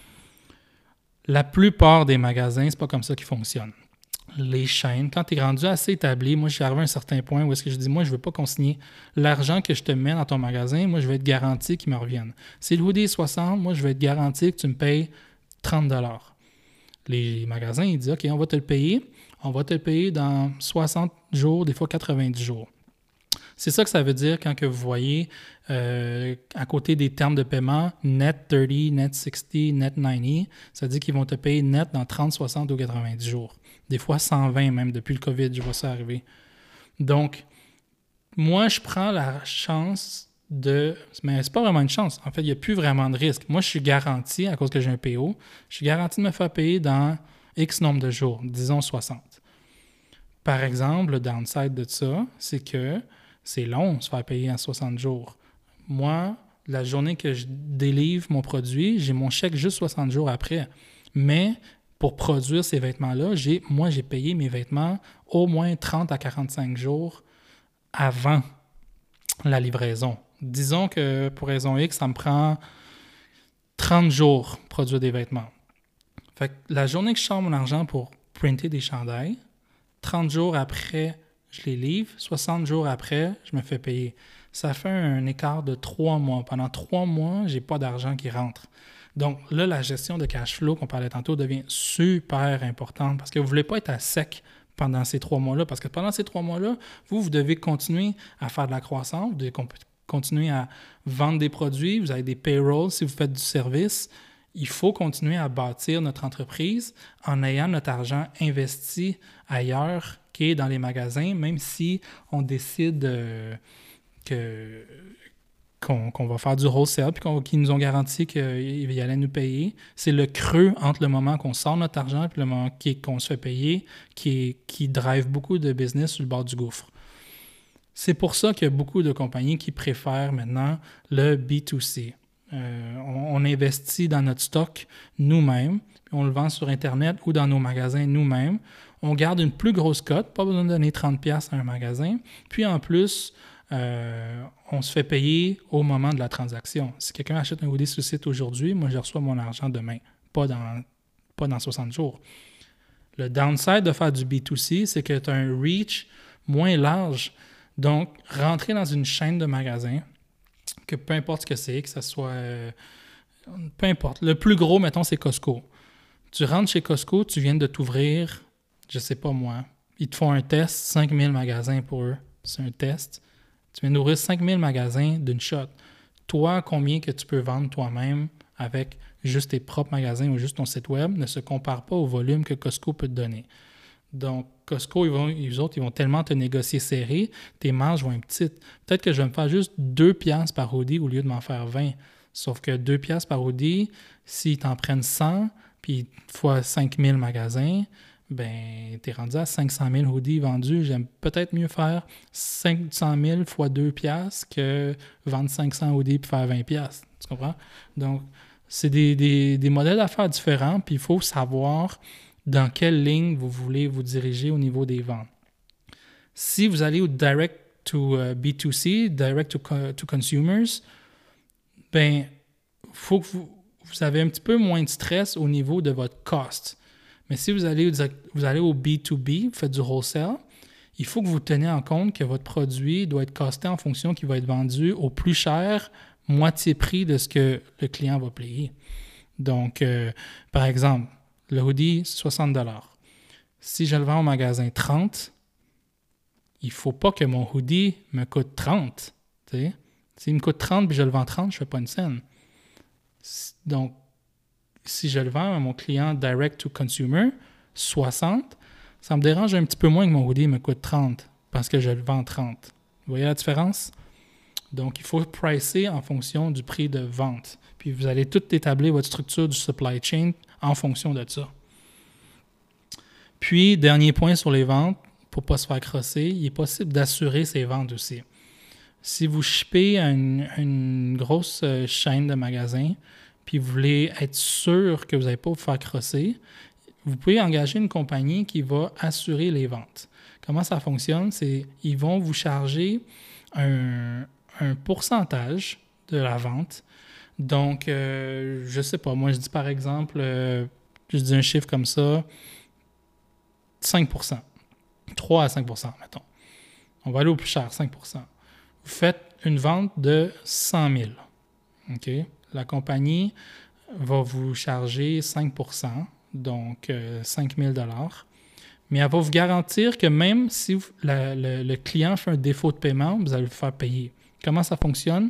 La plupart des magasins, c'est pas comme ça qu'ils fonctionnent. Les chaînes, quand tu es rendu assez établi, moi, je suis arrivé à un certain point où est-ce que je dis, moi, je ne veux pas consigner l'argent que je te mets dans ton magasin, moi, je vais être garanti qu'il me revienne. Si le hoodie est 60, moi, je vais être garanti que tu me payes 30 $. Les magasins, ils disent, OK, on va te le payer. On va te le payer dans 60 jours, des fois 90 jours. C'est ça que ça veut dire quand que vous voyez à côté des termes de paiement, net 30, net 60, net 90, ça dit qu'ils vont te payer net dans 30, 60 ou 90 jours. Des fois 120 même, depuis le COVID, je vois ça arriver. Donc, moi, je prends la chance mais c'est pas vraiment une chance. En fait, il n'y a plus vraiment de risque. Moi, je suis garanti, à cause que j'ai un PO, je suis garanti de me faire payer dans X nombre de jours, disons 60. Par exemple, le downside de ça, c'est que c'est long se faire payer en 60 jours. Moi, la journée que je délivre mon produit, j'ai mon chèque juste 60 jours après. Mais pour produire ces vêtements-là, j'ai payé mes vêtements au moins 30 à 45 jours avant la livraison. Disons que pour raison X, ça me prend 30 jours pour produire des vêtements. Fait que la journée que je sors mon argent pour printer des chandails, 30 jours après, je les livre. 60 jours après, je me fais payer. Ça fait un écart de 3 mois. Pendant 3 mois, je n'ai pas d'argent qui rentre. Donc là, la gestion de cash flow qu'on parlait tantôt devient super importante parce que vous ne voulez pas être à sec pendant ces 3 mois-là. Parce que pendant ces 3 mois-là, vous devez continuer à faire de la croissance, vous devez continuer à vendre des produits, vous avez des payrolls si vous faites du service. Il faut continuer à bâtir notre entreprise en ayant notre argent investi ailleurs qu'est dans les magasins, même si on décide qu'on va faire du wholesale puis qu'ils nous ont garanti qu'ils allaient nous payer. C'est le creux entre le moment qu'on sort notre argent et le moment qu'on se fait payer qui drive beaucoup de business sur le bord du gouffre. C'est pour ça qu'il y a beaucoup de compagnies qui préfèrent maintenant le B2C. On investit dans notre stock nous-mêmes, puis on le vend sur Internet ou dans nos magasins nous-mêmes. On garde une plus grosse cote, pas besoin de donner 30$ à un magasin. Puis en plus, on se fait payer au moment de la transaction. Si quelqu'un achète un hoodie sur le site aujourd'hui, moi je reçois mon argent demain, pas dans 60 jours. Le downside de faire du B2C, c'est que tu as un reach moins large. Donc, rentrer dans une chaîne de magasins, que peu importe ce que c'est, que ce soit... peu importe. Le plus gros, mettons, c'est Costco. Tu rentres chez Costco, tu viens de t'ouvrir, je sais pas moi, ils te font un test, 5000 magasins pour eux. C'est un test. Tu viens d'ouvrir 5000 magasins d'une shot. Toi, combien que tu peux vendre toi-même avec juste tes propres magasins ou juste ton site web ne se compare pas au volume que Costco peut te donner. Donc, Costco, ils vont tellement te négocier serré, tes marges vont être petites. Peut-être que je vais me faire juste 2$ par hoodie au lieu de m'en faire 20. Sauf que 2$ par hoodie, s'ils t'en prennent 100, puis fois 5000 magasins, ben, t'es rendu à 500 000 hoodies vendus. J'aime peut-être mieux faire 500 000 fois 2$ que vendre 500 hoodies puis faire 20$. Tu comprends? Donc, c'est des modèles d'affaires différents, puis il faut savoir dans quelle ligne vous voulez vous diriger au niveau des ventes. Si vous allez au direct to B2C, direct to consumers, ben, il faut que vous avez un petit peu moins de stress au niveau de votre cost. Mais si vous allez au B2B, vous faites du wholesale, il faut que vous teniez en compte que votre produit doit être costé en fonction qu'il va être vendu au plus cher, moitié prix de ce que le client va payer. Donc, par exemple, le hoodie, 60 $. Si je le vends au magasin 30, il ne faut pas que mon hoodie me coûte 30. T'sais? S'il me coûte 30 puis je le vends 30, je ne fais pas une scène. Donc, si je le vends à mon client direct to consumer, 60, ça me dérange un petit peu moins que mon hoodie me coûte 30 parce que je le vends 30. Vous voyez la différence? Donc, il faut pricer en fonction du prix de vente. Puis, vous allez tout établir votre structure du supply chain en fonction de ça. Puis, dernier point sur les ventes, pour ne pas se faire crosser, il est possible d'assurer ses ventes aussi. Si vous shippez à une grosse chaîne de magasins, puis vous voulez être sûr que vous n'allez pas vous faire crosser, vous pouvez engager une compagnie qui va assurer les ventes. Comment ça fonctionne? C'est ils vont vous charger un pourcentage de la vente. Donc, je ne sais pas, moi je dis par exemple, je dis un chiffre comme ça, 5%. 3 à 5%, mettons. On va aller au plus cher, 5%. Vous faites une vente de 100 000. OK? La compagnie va vous charger 5%, donc 5 000 $. Mais elle va vous garantir que même si le client fait un défaut de paiement, vous allez le faire payer. Comment ça fonctionne?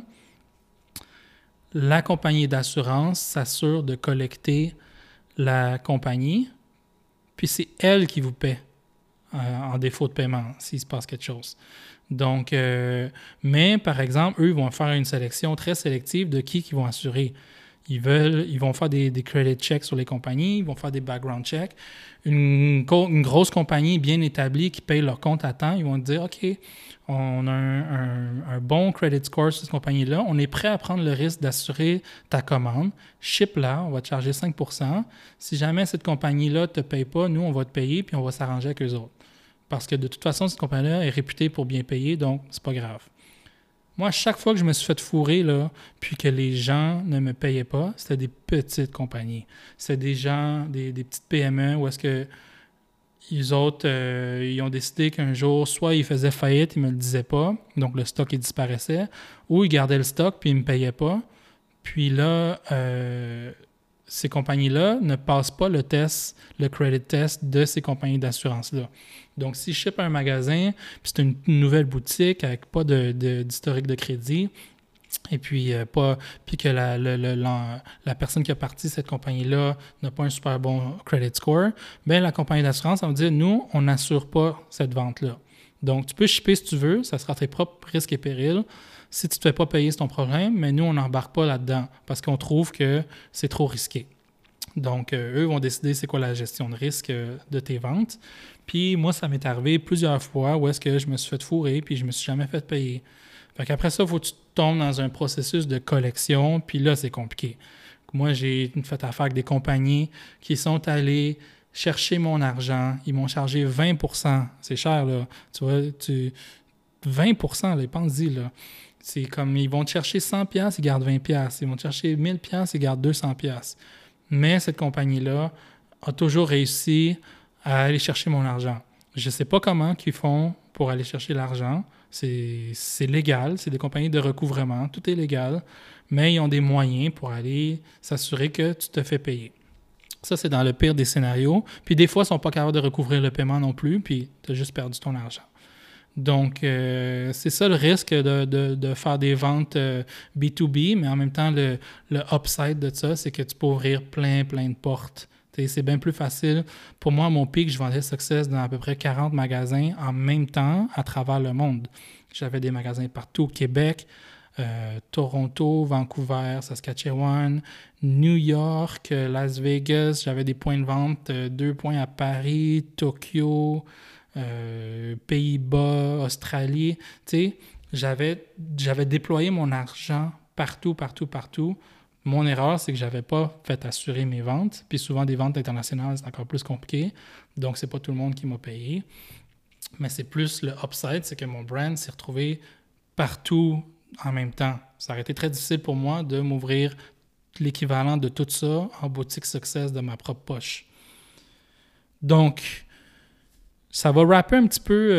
La compagnie d'assurance s'assure de collecter la compagnie, puis c'est elle qui vous paie en défaut de paiement s'il se passe quelque chose. Donc, mais par exemple, eux, ils vont faire une sélection très sélective de qui vont assurer. Ils vont faire des credit checks sur les compagnies, ils vont faire des background checks. Une grosse compagnie bien établie qui paye leur compte à temps, ils vont dire, OK, on a un bon credit score sur cette compagnie-là, on est prêt à prendre le risque d'assurer ta commande. Ship-la, on va te charger 5%. Si jamais cette compagnie-là ne te paye pas, nous, on va te payer puis on va s'arranger avec eux autres. Parce que de toute façon, cette compagnie-là est réputée pour bien payer, donc c'est pas grave. Moi, à chaque fois que je me suis fait fourrer, là, puis que les gens ne me payaient pas, c'était des petites compagnies. C'était des gens, des petites PME, où est-ce que les autres, ils ont décidé qu'un jour, soit ils faisaient faillite, ils ne me le disaient pas, donc le stock, il disparaissait, ou ils gardaient le stock, puis ils ne me payaient pas. Puis là, ces compagnies-là ne passent pas le credit test de ces compagnies d'assurance-là. Donc, si je ship à un magasin, puis c'est une nouvelle boutique avec pas d'historique de crédit, et puis que la personne qui a parti cette compagnie-là n'a pas un super bon credit score, bien, la compagnie d'assurance, elle va dire, nous, on n'assure pas cette vente-là. Donc, tu peux shipper si tu veux, ça sera tes propres risques et périls. Si tu ne te fais pas payer, c'est ton problème, mais nous, on n'embarque pas là-dedans parce qu'on trouve que c'est trop risqué. Donc, eux vont décider c'est quoi la gestion de risque de tes ventes. Puis moi, ça m'est arrivé plusieurs fois où est-ce que je me suis fait fourrer puis je me suis jamais fait payer. Fait qu'après ça, il faut que tu tombes dans un processus de collection, puis là, c'est compliqué. Moi, j'ai fait affaire avec des compagnies qui sont allées chercher mon argent. Ils m'ont chargé 20%. C'est cher, là. Tu vois, 20%, là, pense-y, là. C'est comme, ils vont te chercher 100$, ils gardent 20$. Ils vont te chercher 1000$, ils gardent 200$. Mais cette compagnie-là a toujours réussi à aller chercher mon argent. Je ne sais pas comment ils font pour aller chercher l'argent. C'est légal, c'est des compagnies de recouvrement, tout est légal, mais ils ont des moyens pour aller s'assurer que tu te fais payer. Ça, c'est dans le pire des scénarios. Puis des fois, ils ne sont pas capables de recouvrir le paiement non plus, puis tu as juste perdu ton argent. Donc, c'est ça le risque de faire des ventes B2B, mais en même temps, le upside de ça, c'est que tu peux ouvrir plein de portes. C'est bien plus facile. Pour moi, à mon pic, je vendais Success dans à peu près 40 magasins en même temps à travers le monde. J'avais des magasins partout au Québec, Toronto, Vancouver, Saskatchewan, New York, Las Vegas. J'avais des points de vente, 2 points à Paris, Tokyo, Pays-Bas, Australie. J'avais déployé mon argent partout. Mon erreur, c'est que je n'avais pas fait assurer mes ventes. Puis souvent, des ventes internationales, c'est encore plus compliqué. Donc, c'est pas tout le monde qui m'a payé. Mais c'est plus le upside, c'est que mon brand s'est retrouvé partout en même temps. Ça aurait été très difficile pour moi de m'ouvrir l'équivalent de tout ça en boutique Success de ma propre poche. Donc, ça va wrapper un petit peu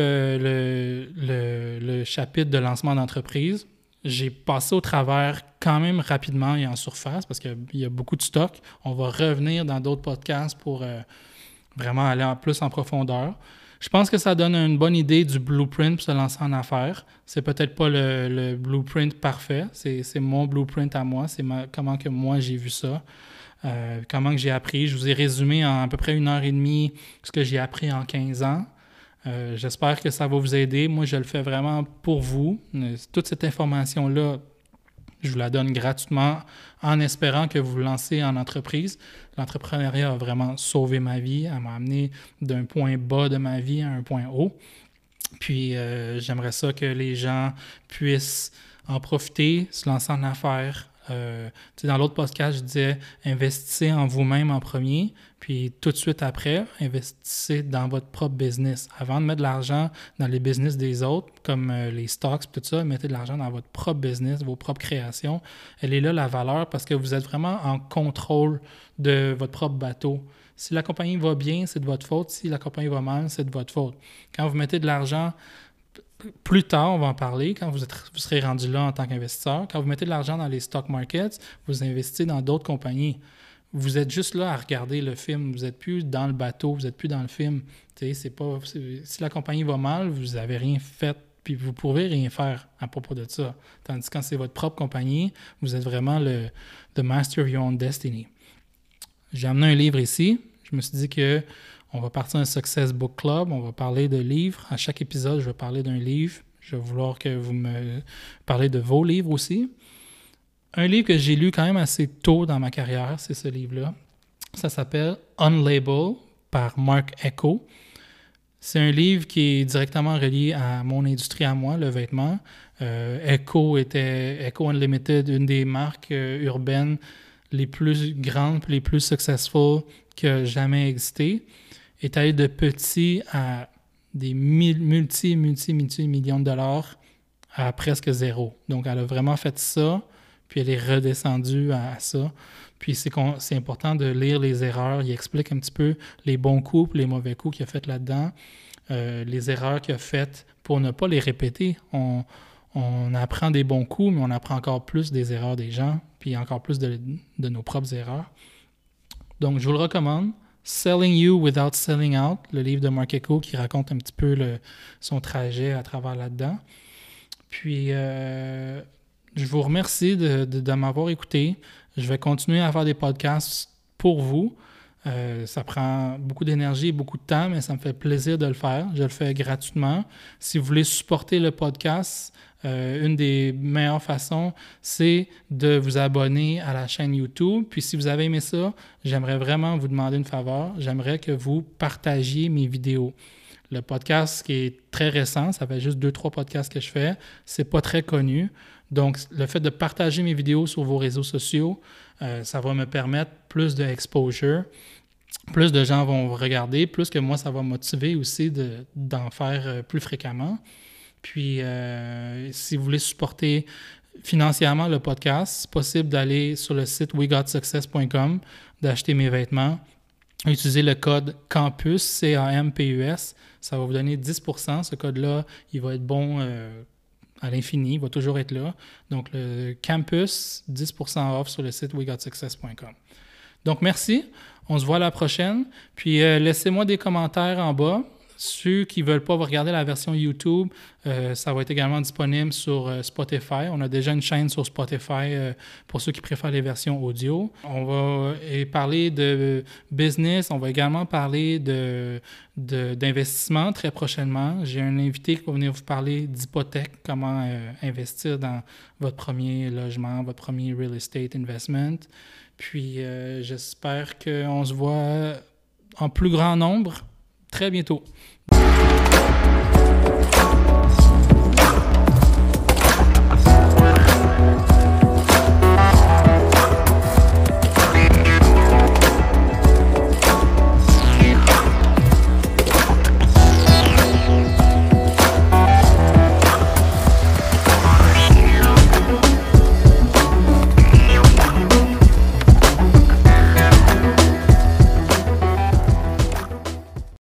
le chapitre de lancement d'entreprise. J'ai passé au travers quand même rapidement et en surface parce qu'il y a beaucoup de stock. On va revenir dans d'autres podcasts pour vraiment aller plus en profondeur. Je pense que ça donne une bonne idée du blueprint pour se lancer en affaires. C'est peut-être pas le blueprint parfait. C'est mon blueprint à moi. C'est comment que moi j'ai vu ça. Comment que j'ai appris. Je vous ai résumé en à peu près 1h30 ce que j'ai appris en 15 ans. J'espère que ça va vous aider. Moi, je le fais vraiment pour vous. Toute cette information-là, je vous la donne gratuitement en espérant que vous vous lancez en entreprise. L'entrepreneuriat a vraiment sauvé ma vie. Elle m'a amené d'un point bas de ma vie à un point haut. Puis, j'aimerais ça que les gens puissent en profiter, se lancer en affaires. Dans l'autre podcast, je disais investissez en vous-même en premier, puis tout de suite après, investissez dans votre propre business. Avant de mettre de l'argent dans les business des autres, comme les stocks, tout ça, mettez de l'argent dans votre propre business, vos propres créations. Elle est là, la valeur, parce que vous êtes vraiment en contrôle de votre propre bateau. Si la compagnie va bien, c'est de votre faute. Si la compagnie va mal, c'est de votre faute. Quand vous mettez de l'argent, plus tard, on va en parler, quand vous serez rendu là en tant qu'investisseur, quand vous mettez de l'argent dans les stock markets, vous investissez dans d'autres compagnies. Vous êtes juste là à regarder le film. Vous n'êtes plus dans le bateau, vous n'êtes plus dans le film. Si la compagnie va mal, vous n'avez rien fait, puis vous ne pouvez rien faire à propos de ça. Tandis que quand c'est votre propre compagnie, vous êtes vraiment the master of your own destiny. J'ai amené un livre ici. Je me suis dit que on va partir un Success Book Club. On va parler de livres. À chaque épisode, je vais parler d'un livre. Je vais vouloir que vous me parlez de vos livres aussi. Un livre que j'ai lu quand même assez tôt dans ma carrière, c'est ce livre-là. Ça s'appelle Unlabel par Mark Ecko. C'est un livre qui est directement relié à mon industrie à moi, le vêtement. Ecko Unlimited, une des marques urbaines les plus grandes, les plus successful qui a jamais existé, est allé de petit à des multi-millions de dollars à presque zéro. Donc, elle a vraiment fait ça, puis elle est redescendue à ça. Puis, c'est important de lire les erreurs. Il explique un petit peu les bons coups et les mauvais coups qu'il a fait là-dedans, les erreurs qu'il a faites pour ne pas les répéter. On apprend des bons coups, mais on apprend encore plus des erreurs des gens, puis encore plus de nos propres erreurs. Donc, je vous le recommande. Selling You Without Selling Out, le livre de Mark Ecko qui raconte un petit peu son trajet à travers là-dedans. Puis, je vous remercie de m'avoir écouté. Je vais continuer à faire des podcasts pour vous. Ça prend beaucoup d'énergie et beaucoup de temps, mais ça me fait plaisir de le faire. Je le fais gratuitement. Si vous voulez supporter le podcast, une des meilleures façons, c'est de vous abonner à la chaîne YouTube. Puis si vous avez aimé ça, j'aimerais vraiment vous demander une faveur. J'aimerais que vous partagiez mes vidéos. Le podcast qui est très récent, ça fait juste 2-3 podcasts que je fais, c'est pas très connu. Donc, le fait de partager mes vidéos sur vos réseaux sociaux, ça va me permettre plus d'exposure. Plus de gens vont regarder, plus que moi, ça va me motiver aussi d'en faire plus fréquemment. Puis, si vous voulez supporter financièrement le podcast, c'est possible d'aller sur le site wegotsuccess.com, d'acheter mes vêtements, utiliser le code CAMPUS, C-A-M-P-U-S. Ça va vous donner 10%. Ce code-là, il va être bon à l'infini, il va toujours être là. Donc, le CAMPUS, 10% off sur le site wegotsuccess.com. Donc, merci. On se voit à la prochaine. Puis, laissez-moi des commentaires en bas. Ceux qui ne veulent pas regarder la version YouTube, ça va être également disponible sur Spotify. On a déjà une chaîne sur Spotify pour ceux qui préfèrent les versions audio. On va parler de business. On va également parler d'investissement très prochainement. J'ai un invité qui va venir vous parler d'hypothèque, comment investir dans votre premier logement, votre premier real estate investment. Puis, j'espère qu'on se voit en plus grand nombre très bientôt.